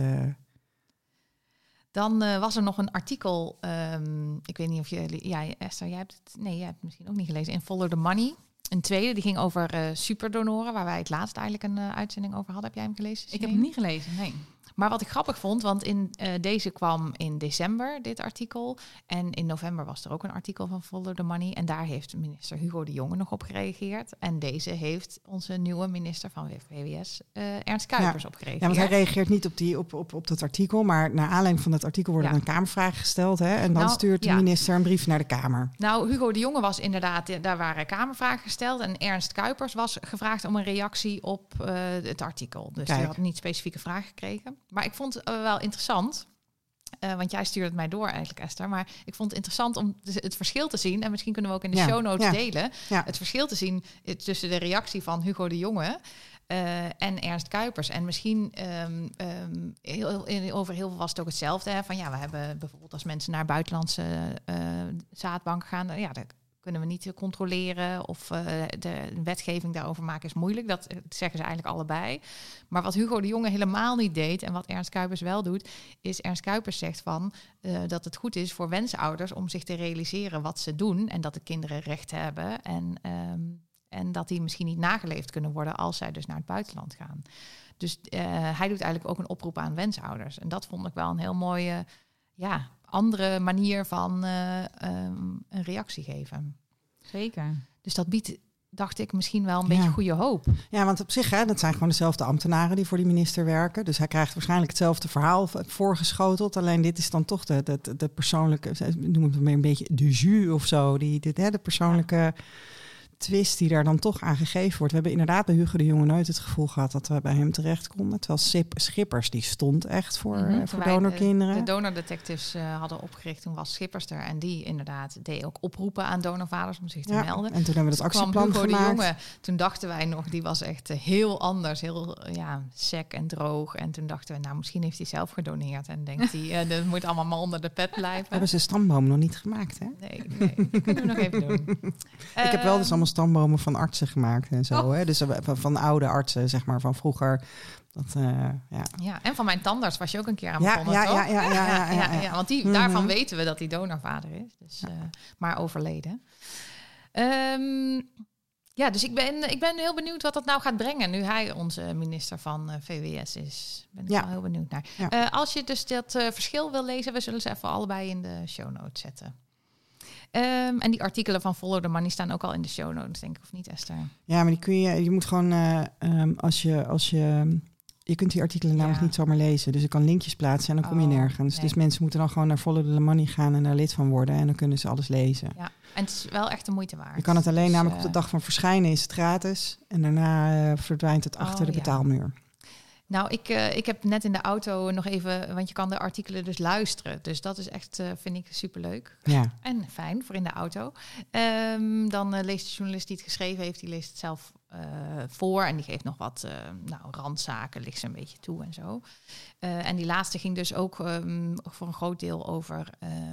Dan was er nog een artikel. Ik weet niet of jullie... Ja, Esther, jij hebt het misschien ook niet gelezen. In Follow the Money. Een tweede, die ging over superdonoren. Waar wij het laatst eigenlijk een uitzending over hadden. Heb jij hem gelezen? Ik heb hem niet gelezen, nee. Maar wat ik grappig vond, want deze kwam in december, dit artikel. En in november was er ook een artikel van Follow the Money. En daar heeft minister Hugo de Jonge nog op gereageerd. En deze heeft onze nieuwe minister van VWS, Ernst Kuipers, op gereageerd. Ja, want hij reageert niet op dat artikel. Maar naar aanleiding van dat artikel worden dan kamervragen gesteld. Hè? En dan stuurt de minister een brief naar de Kamer. Nou, Hugo de Jonge was inderdaad, daar waren kamervragen gesteld. En Ernst Kuipers was gevraagd om een reactie op het artikel. Dus hij had niet specifieke vragen gekregen. Maar ik vond het wel interessant. Want jij stuurde het mij door eigenlijk, Esther. Maar ik vond het interessant om het verschil te zien. En misschien kunnen we ook in de show notes delen. Ja. Het verschil te zien tussen de reactie van Hugo de Jonge en Ernst Kuipers. En misschien over heel veel was het ook hetzelfde. Hè? Van we hebben bijvoorbeeld als mensen naar buitenlandse zaadbanken gaan. Dat kunnen we niet controleren of de wetgeving daarover maken is moeilijk. Dat zeggen ze eigenlijk allebei. Maar wat Hugo de Jonge helemaal niet deed en wat Ernst Kuipers wel doet, is Ernst Kuipers zegt dat het goed is voor wensouders om zich te realiseren wat ze doen en dat de kinderen recht hebben en dat die misschien niet nageleefd kunnen worden als zij dus naar het buitenland gaan. Dus hij doet eigenlijk ook een oproep aan wensouders. En dat vond ik wel een heel mooie andere manier van een reactie geven. Zeker. Dus dat biedt, dacht ik, misschien wel een beetje goede hoop. Ja, want op zich, dat zijn gewoon dezelfde ambtenaren die voor die minister werken. Dus hij krijgt waarschijnlijk hetzelfde verhaal voorgeschoteld. Alleen dit is dan toch de persoonlijke, noem het maar een beetje de jus of zo. De persoonlijke twist die daar dan toch aan gegeven wordt. We hebben inderdaad bij Hugo de Jonge nooit het gevoel gehad dat we bij hem terecht konden. Terwijl Schippers, die stond echt voor donorkinderen. De donordetectives hadden opgericht, toen was Schippers er. En die inderdaad deed ook oproepen aan donorvaders om zich te melden. En toen hebben we dat actieplan gemaakt. Hugo de Jonge, toen dachten wij nog, die was echt heel anders. Heel sec en droog. En toen dachten we, misschien heeft hij zelf gedoneerd. En denkt hij, dat moet allemaal maar onder de pet blijven. Hebben ze stamboom nog niet gemaakt, hè? Nee, dat kunnen we nog even doen. Ik heb wel dus allemaal stambomen van artsen gemaakt en zo. Hè? Dus van oude artsen, zeg maar, van vroeger. En van mijn tandarts was je ook een keer aan begonnen, toch? Ja, want daarvan weten we dat hij donorvader is. Dus, maar overleden. Dus ik ben heel benieuwd wat dat nou gaat brengen, nu hij onze minister van VWS is. Ben ik wel heel benieuwd naar. Ja. Als je dus dat verschil wil lezen, we zullen ze even allebei in de show notes zetten. En die artikelen van Follow the Money staan ook al in de show notes, denk ik, of niet, Esther? Ja, maar die kun je moet gewoon, je kunt die artikelen namelijk niet zomaar lezen. Dus ik kan linkjes plaatsen en dan kom je nergens. Nee. Dus mensen moeten dan gewoon naar Follow the Money gaan en daar lid van worden. En dan kunnen ze alles lezen. Ja, en het is wel echt de moeite waard. Je kan het alleen namelijk op de dag van verschijnen is het gratis. En daarna verdwijnt het achter de betaalmuur. Nou, ik heb net in de auto nog even, want je kan de artikelen dus luisteren. Dus dat is echt, vind ik, superleuk. Ja. En fijn voor in de auto. Dan leest de journalist die het geschreven heeft, die leest het zelf voor. En die geeft nog wat randzaken, ligt ze een beetje toe en zo. En die laatste ging dus ook voor een groot deel over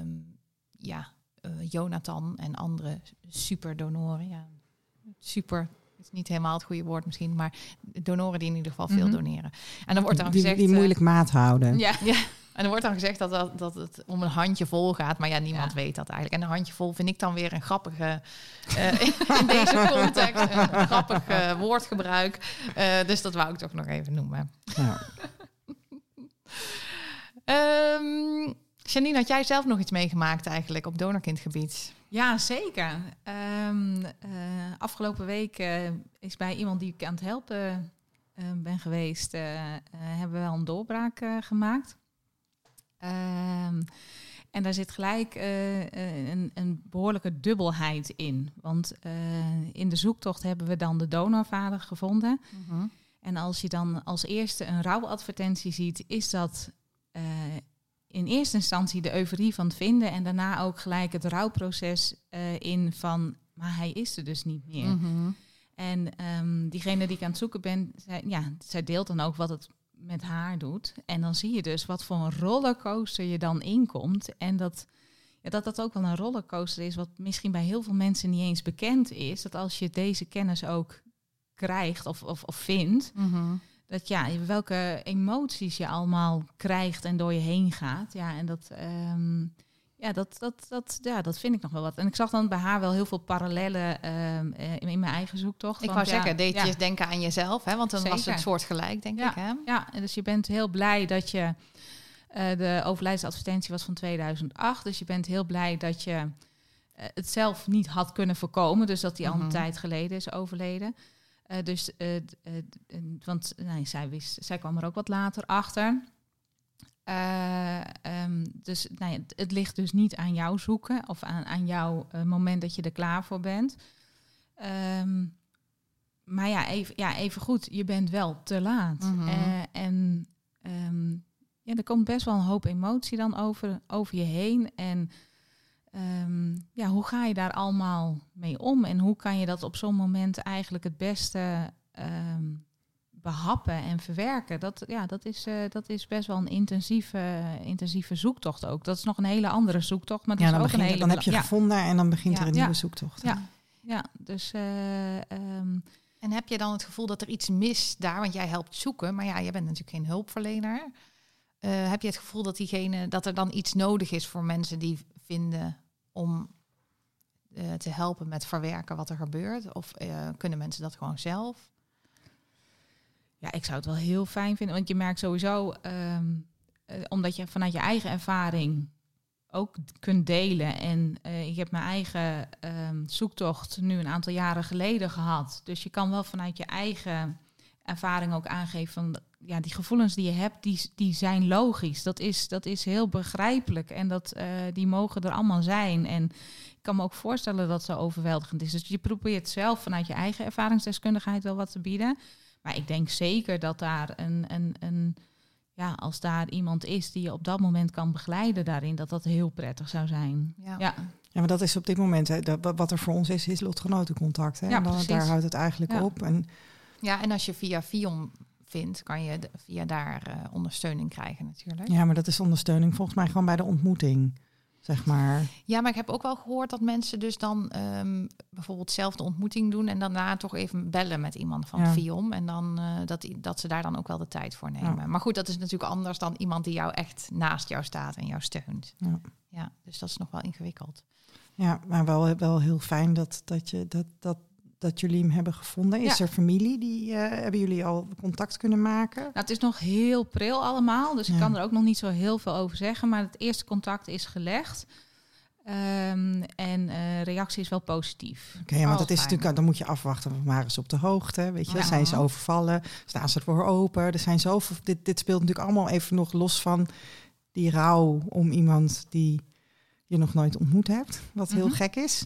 Jonathan en andere superdonoren. Ja, super is niet helemaal het goede woord misschien, maar donoren die in ieder geval veel doneren. En dan wordt dan gezegd die moeilijk maat houden. Ja. En er wordt dan gezegd dat het om een handjevol gaat, maar niemand weet dat eigenlijk. En een handjevol vind ik dan weer een grappige, in deze context, een grappig woordgebruik. Dus dat wou ik toch nog even noemen. Ja. Janine, had jij zelf nog iets meegemaakt eigenlijk op donorkindgebied? Ja, zeker. Afgelopen week is bij iemand die ik aan het helpen ben geweest, hebben we wel een doorbraak gemaakt. En daar zit gelijk een behoorlijke dubbelheid in. Want in de zoektocht hebben we dan de donorvader gevonden. Mm-hmm. En als je dan als eerste een rouwadvertentie ziet, is dat in eerste instantie de euforie van het vinden en daarna ook gelijk het rouwproces in van, maar hij is er dus niet meer. Mm-hmm. En diegene die ik aan het zoeken ben, zij deelt dan ook wat het met haar doet. En dan zie je dus wat voor een rollercoaster je dan inkomt. En dat ook wel een rollercoaster is, wat misschien bij heel veel mensen niet eens bekend is. Dat als je deze kennis ook krijgt of vindt, mm-hmm. dat welke emoties je allemaal krijgt en door je heen gaat. Ja, en dat vind ik nog wel wat. En ik zag dan bij haar wel heel veel parallellen in mijn eigen zoektocht. Ik wou zeggen, deed je denken aan jezelf, hè? Want dan Zeker. was het soortgelijk, denk ik. Hè? Ja, en dus je bent heel blij dat je... de overlijdensadvertentie was van 2008. Dus je bent heel blij dat je het zelf niet had kunnen voorkomen. Dus dat hij al een tijd geleden is overleden. Want zij kwam er ook wat later achter. Dus het ligt dus niet aan jou zoeken of aan jouw moment dat je er klaar voor bent. Maar even goed, je bent wel te laat. Er komt best wel een hoop emotie dan over je heen. En hoe ga je daar allemaal mee om? En hoe kan je dat op zo'n moment eigenlijk het beste behappen en verwerken? Dat is best wel een intensieve zoektocht ook. Dat is nog een hele andere zoektocht. Maar dat is ook een hele... Dan heb je gevonden en dan begint er een nieuwe zoektocht. Dus... En heb je dan het gevoel dat er iets mis daar? Want jij helpt zoeken, maar jij bent natuurlijk geen hulpverlener. Heb je het gevoel dat er dan iets nodig is voor mensen die vinden om te helpen met verwerken wat er gebeurt? Of kunnen mensen dat gewoon zelf? Ja, ik zou het wel heel fijn vinden. Want je merkt sowieso, omdat je vanuit je eigen ervaring ook kunt delen. En ik heb mijn eigen zoektocht nu een aantal jaren geleden gehad. Dus je kan wel vanuit je eigen ervaring ook aangeven van... Ja, die gevoelens die je hebt, die zijn logisch. Dat is heel begrijpelijk. En die mogen er allemaal zijn. En ik kan me ook voorstellen dat het zo overweldigend is. Dus je probeert zelf vanuit je eigen ervaringsdeskundigheid wel wat te bieden. Maar ik denk zeker dat daar als daar iemand is die je op dat moment kan begeleiden daarin, dat heel prettig zou zijn. Ja, maar dat is op dit moment, hè, wat er voor ons is lotgenotencontact. Hè? Ja, en daar houdt het eigenlijk op. En als je via Fion vindt, kan je via daar ondersteuning krijgen natuurlijk. Ja, maar dat is ondersteuning volgens mij gewoon bij de ontmoeting, zeg maar. Ja, maar ik heb ook wel gehoord dat mensen dus dan bijvoorbeeld zelf de ontmoeting doen en daarna toch even bellen met iemand van Fion. En dan dat ze daar dan ook wel de tijd voor nemen. Ja. Maar goed, dat is natuurlijk anders dan iemand die jou echt naast jou staat en jou steunt. Ja, dus dat is nog wel ingewikkeld. Ja, maar wel heel fijn dat jullie hem hebben gevonden. Is er familie? Hebben jullie al contact kunnen maken? Nou, het is nog heel pril allemaal, dus ik kan er ook nog niet zo heel veel over zeggen. Maar het eerste contact is gelegd. En reactie is wel positief. Oké, want dat is natuurlijk, dan moet je afwachten. Waren ze op de hoogte? Weet je, zijn ze overvallen? Staan ze ervoor open? Er zijn zoveel. Dit speelt natuurlijk allemaal even nog los van die rouw om iemand die je nog nooit ontmoet hebt. Wat heel gek is.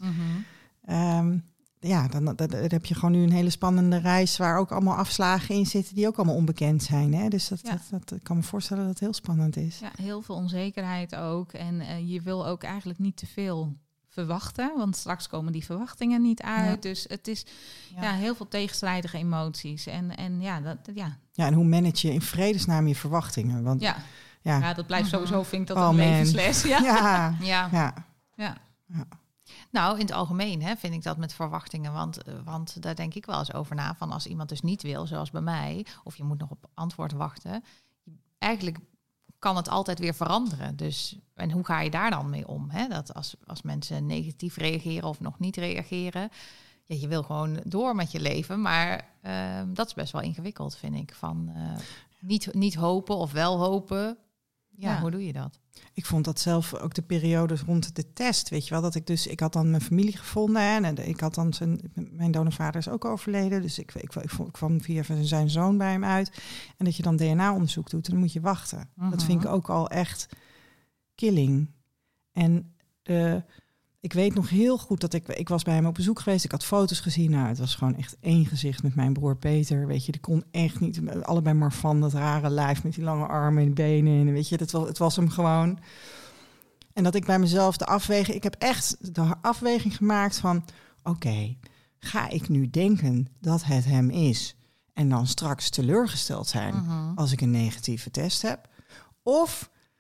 Dan heb je gewoon nu een hele spannende reis waar ook allemaal afslagen in zitten die ook allemaal onbekend zijn. Hè? Dus ik kan me voorstellen dat het heel spannend is. Ja, heel veel onzekerheid ook. En je wil ook eigenlijk niet te veel verwachten, want straks komen die verwachtingen niet uit. Ja. Dus het is heel veel tegenstrijdige emoties. En hoe manage je in vredesnaam je verwachtingen? Want dat blijft sowieso, vind ik dat een levensles. Ja. Nou, in het algemeen vind ik dat met verwachtingen. Want daar denk ik wel eens over na. Van als iemand dus niet wil, zoals bij mij, of je moet nog op antwoord wachten. Eigenlijk kan het altijd weer veranderen. Dus, en hoe ga je daar dan mee om? Hè? Dat als mensen negatief reageren of nog niet reageren. Ja, je wil gewoon door met je leven. Maar dat is best wel ingewikkeld, vind ik. Van niet hopen of wel hopen. Ja, hoe doe je dat? Ik vond dat zelf ook de periodes rond de test, weet je wel. Ik had dan mijn familie gevonden en ik had dan mijn donorvader is ook overleden. Dus ik kwam via zijn zoon bij hem uit. En dat je dan DNA-onderzoek doet en dan moet je wachten. Dat vind ik ook al echt killing. En ik weet nog heel goed dat ik was bij hem op bezoek geweest. Ik had foto's gezien. Nou, het was gewoon echt één gezicht met mijn broer Peter. Weet je, die kon echt niet. Allebei maar van dat rare lijf met die lange armen en benen. En weet je, het was hem gewoon. En dat ik bij mezelf ik heb echt de afweging gemaakt van, oké, ga ik nu denken dat het hem is en dan straks teleurgesteld zijn als ik een negatieve test heb? Of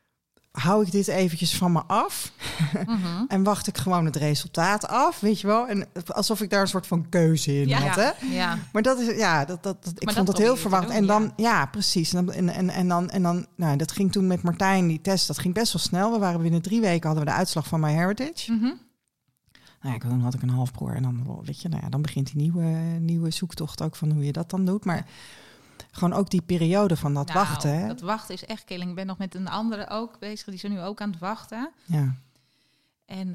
hou ik dit eventjes van me af en wacht ik gewoon het resultaat af, weet je wel? En alsof ik daar een soort van keuze in had, hè? Ja. Maar dat is, ik vond dat heel verwacht. En dan, precies. En dan, nou, dat ging toen met Martijn, die test, dat ging best wel snel. We waren binnen 3 weken, hadden we de uitslag van MyHeritage. Nou ja, dan had ik een halfbroer en dan, weet je, nou ja, dan begint die nieuwe zoektocht ook van hoe je dat dan doet. Maar gewoon ook die periode van dat wachten. Hè? Dat wachten is echt killing. Ik ben nog met een andere ook bezig. Die zijn nu ook aan het wachten. Ja. En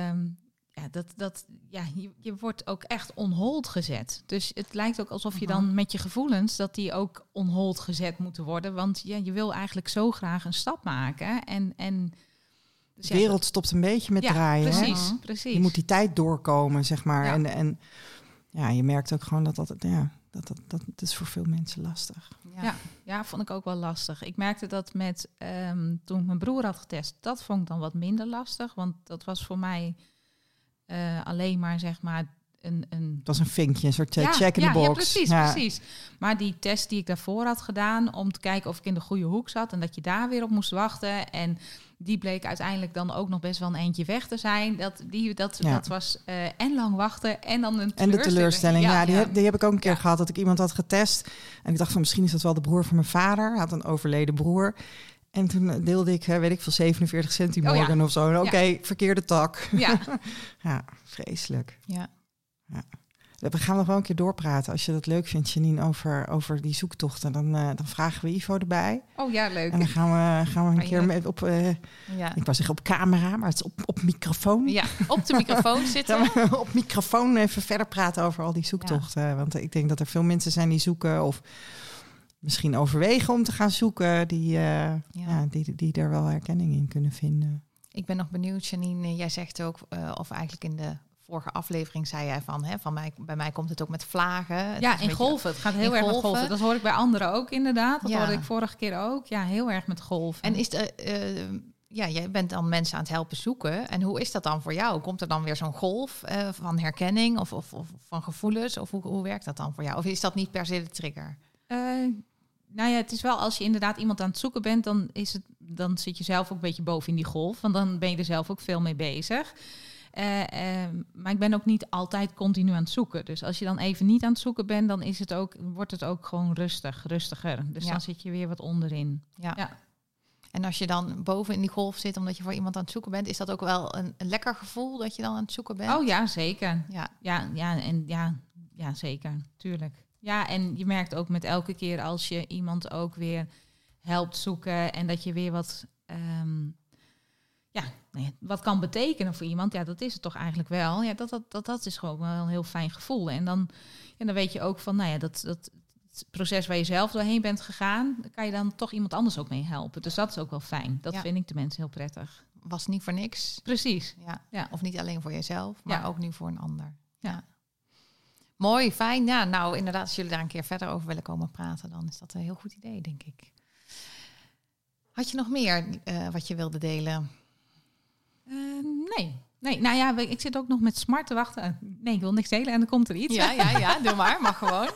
je wordt ook echt on hold gezet. Dus het lijkt ook alsof je dan met je gevoelens dat die ook on hold gezet moeten worden. Want je wil eigenlijk zo graag een stap maken. En dus de wereld stopt een beetje met draaien. Precies, hè? precies. Je moet die tijd doorkomen, zeg maar. Ja. En je merkt ook gewoon dat is voor veel mensen lastig. Ja, vond ik ook wel lastig. Ik merkte dat met toen mijn broer had getest, dat vond ik dan wat minder lastig. Want dat was voor mij alleen maar, zeg maar, een... Dat was een vinkje, een soort check in the box. Ja, precies. Maar die test die ik daarvoor had gedaan om te kijken of ik in de goede hoek zat en dat je daar weer op moest wachten. En die bleek uiteindelijk dan ook nog best wel een eindje weg te zijn. Dat was en lang wachten en dan een teleurstelling. En de teleurstelling, die heb ik ook een keer gehad, dat ik iemand had getest. En ik dacht van misschien is dat wel de broer van mijn vader. Hij had een overleden broer. En toen deelde ik, 47 centimorgen of zo. Oké, verkeerde tak. Ja. Ja, vreselijk. Ja. We gaan nog wel een keer doorpraten. Als je dat leuk vindt, Janine, over die zoektochten, dan vragen we Ivo erbij. Oh ja, leuk. En dan gaan we een keer op, ik wou zeggen op camera, maar het is op microfoon. Ja, op de microfoon zitten. Gaan we op microfoon even verder praten over al die zoektochten. Ja. Want ik denk dat er veel mensen zijn die zoeken of misschien overwegen om te gaan zoeken, die er wel herkenning in kunnen vinden. Ik ben nog benieuwd, Janine, jij zegt ook, of eigenlijk in de vorige aflevering zei jij bij mij komt het ook met vlagen. Ja, in golven. Het gaat heel erg met golven. Dat hoor ik bij anderen ook inderdaad. Dat hoorde ik vorige keer ook. Ja, heel erg met golven. En is jij bent dan mensen aan het helpen zoeken. En hoe is dat dan voor jou? Komt er dan weer zo'n golf van herkenning of van gevoelens? Of hoe werkt dat dan voor jou? Of is dat niet per se de trigger? Nou ja, het is wel als je inderdaad iemand aan het zoeken bent, dan zit je zelf ook een beetje boven in die golf. Want dan ben je er zelf ook veel mee bezig. Maar ik ben ook niet altijd continu aan het zoeken. Dus als je dan even niet aan het zoeken bent, dan wordt het ook gewoon rustiger. Dus dan zit je weer wat onderin. Ja. En als je dan boven in die golf zit, omdat je voor iemand aan het zoeken bent, is dat ook wel een lekker gevoel dat je dan aan het zoeken bent? Oh ja, zeker. Ja, zeker. Tuurlijk. Ja, en je merkt ook met elke keer als je iemand ook weer helpt zoeken en dat je weer wat kan betekenen voor iemand. Ja, dat is het toch eigenlijk wel. Ja, dat is gewoon wel een heel fijn gevoel. En dan weet je ook van, dat proces waar je zelf doorheen bent gegaan, kan je dan toch iemand anders ook mee helpen. Dus dat is ook wel fijn. Dat vind ik de mensen heel prettig. Was niet voor niks. Precies. Ja. Of niet alleen voor jezelf, maar ook nu voor een ander. Ja. Mooi, fijn. Ja, nou inderdaad, als jullie daar een keer verder over willen komen praten, dan is dat een heel goed idee, denk ik. Had je nog meer wat je wilde delen? Nee, nou ja, ik zit ook nog met smart te wachten. Nee, ik wil niks delen en dan komt er iets. Ja, doe maar, mag gewoon.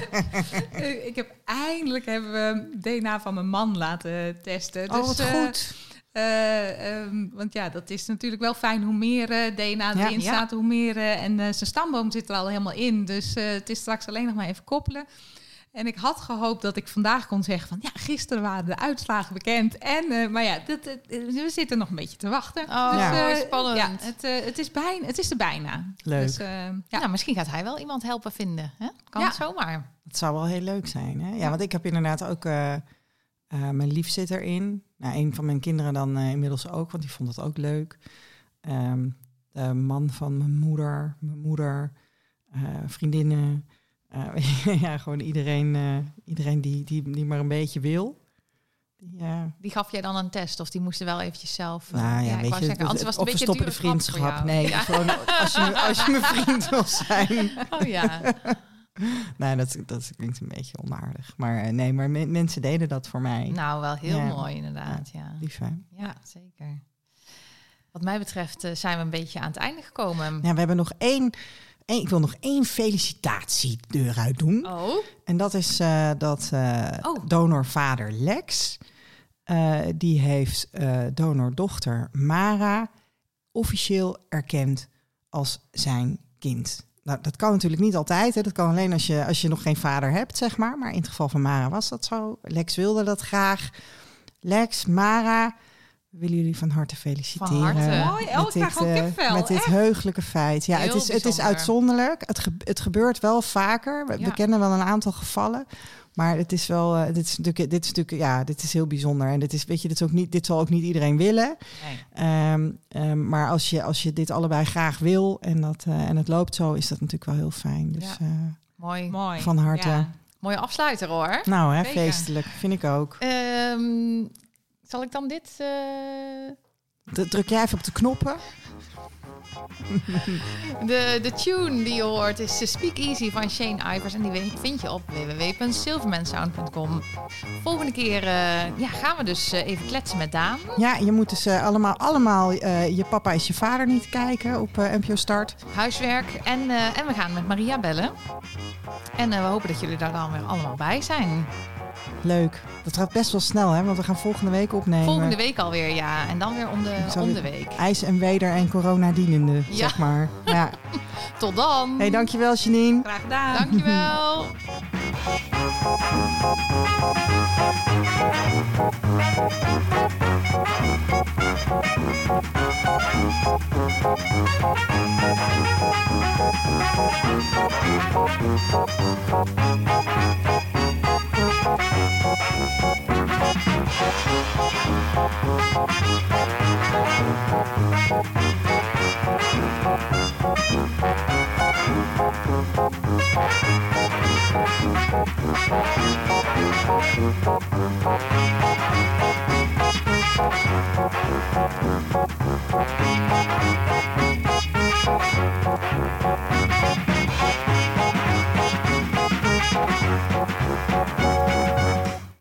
Hebben we DNA van mijn man laten testen. Oh, wat goed. Want dat is natuurlijk wel fijn. Hoe meer DNA erin staat, hoe meer... en zijn stamboom zit er al helemaal in. Dus het is straks alleen nog maar even koppelen. En ik had gehoopt dat ik vandaag kon zeggen van... gisteren waren de uitslagen bekend. We zitten nog een beetje te wachten. Oh, spannend. Ja, het is er bijna. Leuk. Dus, Nou, misschien gaat hij wel iemand helpen vinden. Hè? Kan het zomaar. Het zou wel heel leuk zijn. Hè? Ja, want ik heb inderdaad ook... mijn lief zit erin. Nou, een van mijn kinderen dan inmiddels ook, want die vond het ook leuk. De man van mijn moeder, vriendinnen... gewoon iedereen die maar een beetje wil. Die gaf jij dan een test of die moesten wel eventjes zelf... weet je, anders was het een beetje stoppen de vriendschap. Nee, gewoon als je mijn vriend wil zijn. Oh ja. Nou, dat klinkt een beetje onaardig. Maar maar mensen deden dat voor mij. Nou, wel heel mooi inderdaad. Ja. Lief, hè? Ja, zeker. Wat mij betreft zijn we een beetje aan het einde gekomen. Ja, we hebben nog ik wil nog één felicitatie eruit doen. Oh. En dat is donorvader Lex. die heeft donordochter Mara officieel erkend als zijn kind. Nou, dat kan natuurlijk niet altijd. Hè. Dat kan alleen als je nog geen vader hebt, zeg maar. Maar in het geval van Mara was dat zo. Lex wilde dat graag. Lex, Mara, we willen jullie van harte feliciteren. Van harte. Mooi, ik krijg ook kipvel. Met dit heugelijke feit. Ja, het is uitzonderlijk. Het gebeurt wel vaker. We kennen wel een aantal gevallen. Maar het is wel, dit is heel bijzonder. En dit zal ook niet iedereen willen. Nee. Maar als je dit allebei graag wil en het loopt zo, is dat natuurlijk wel heel fijn. Dus mooi. Van harte. Ja. Mooie afsluiter hoor. Nou, hè, feestelijk. Vind ik ook. Zal ik dan dit... Druk jij even op de knoppen. De tune die je hoort is Speak Easy van Shane Ivers. En die vind je op www.silvermansound.com. Volgende keer gaan we dus even kletsen met Daan. Ja, je moet dus allemaal Je Papa is je Vader niet kijken op NPO Start. Huiswerk. En we gaan met Maria bellen. En we hopen dat jullie daar dan weer allemaal bij zijn. Leuk. Dat gaat best wel snel, hè? Want we gaan volgende week opnemen. Volgende week alweer, ja. En dan weer om de week. IJs en weder en coronadienende, zeg maar. Ja. Tot dan. Hey, dankjewel, Janine. Graag gedaan. Dankjewel.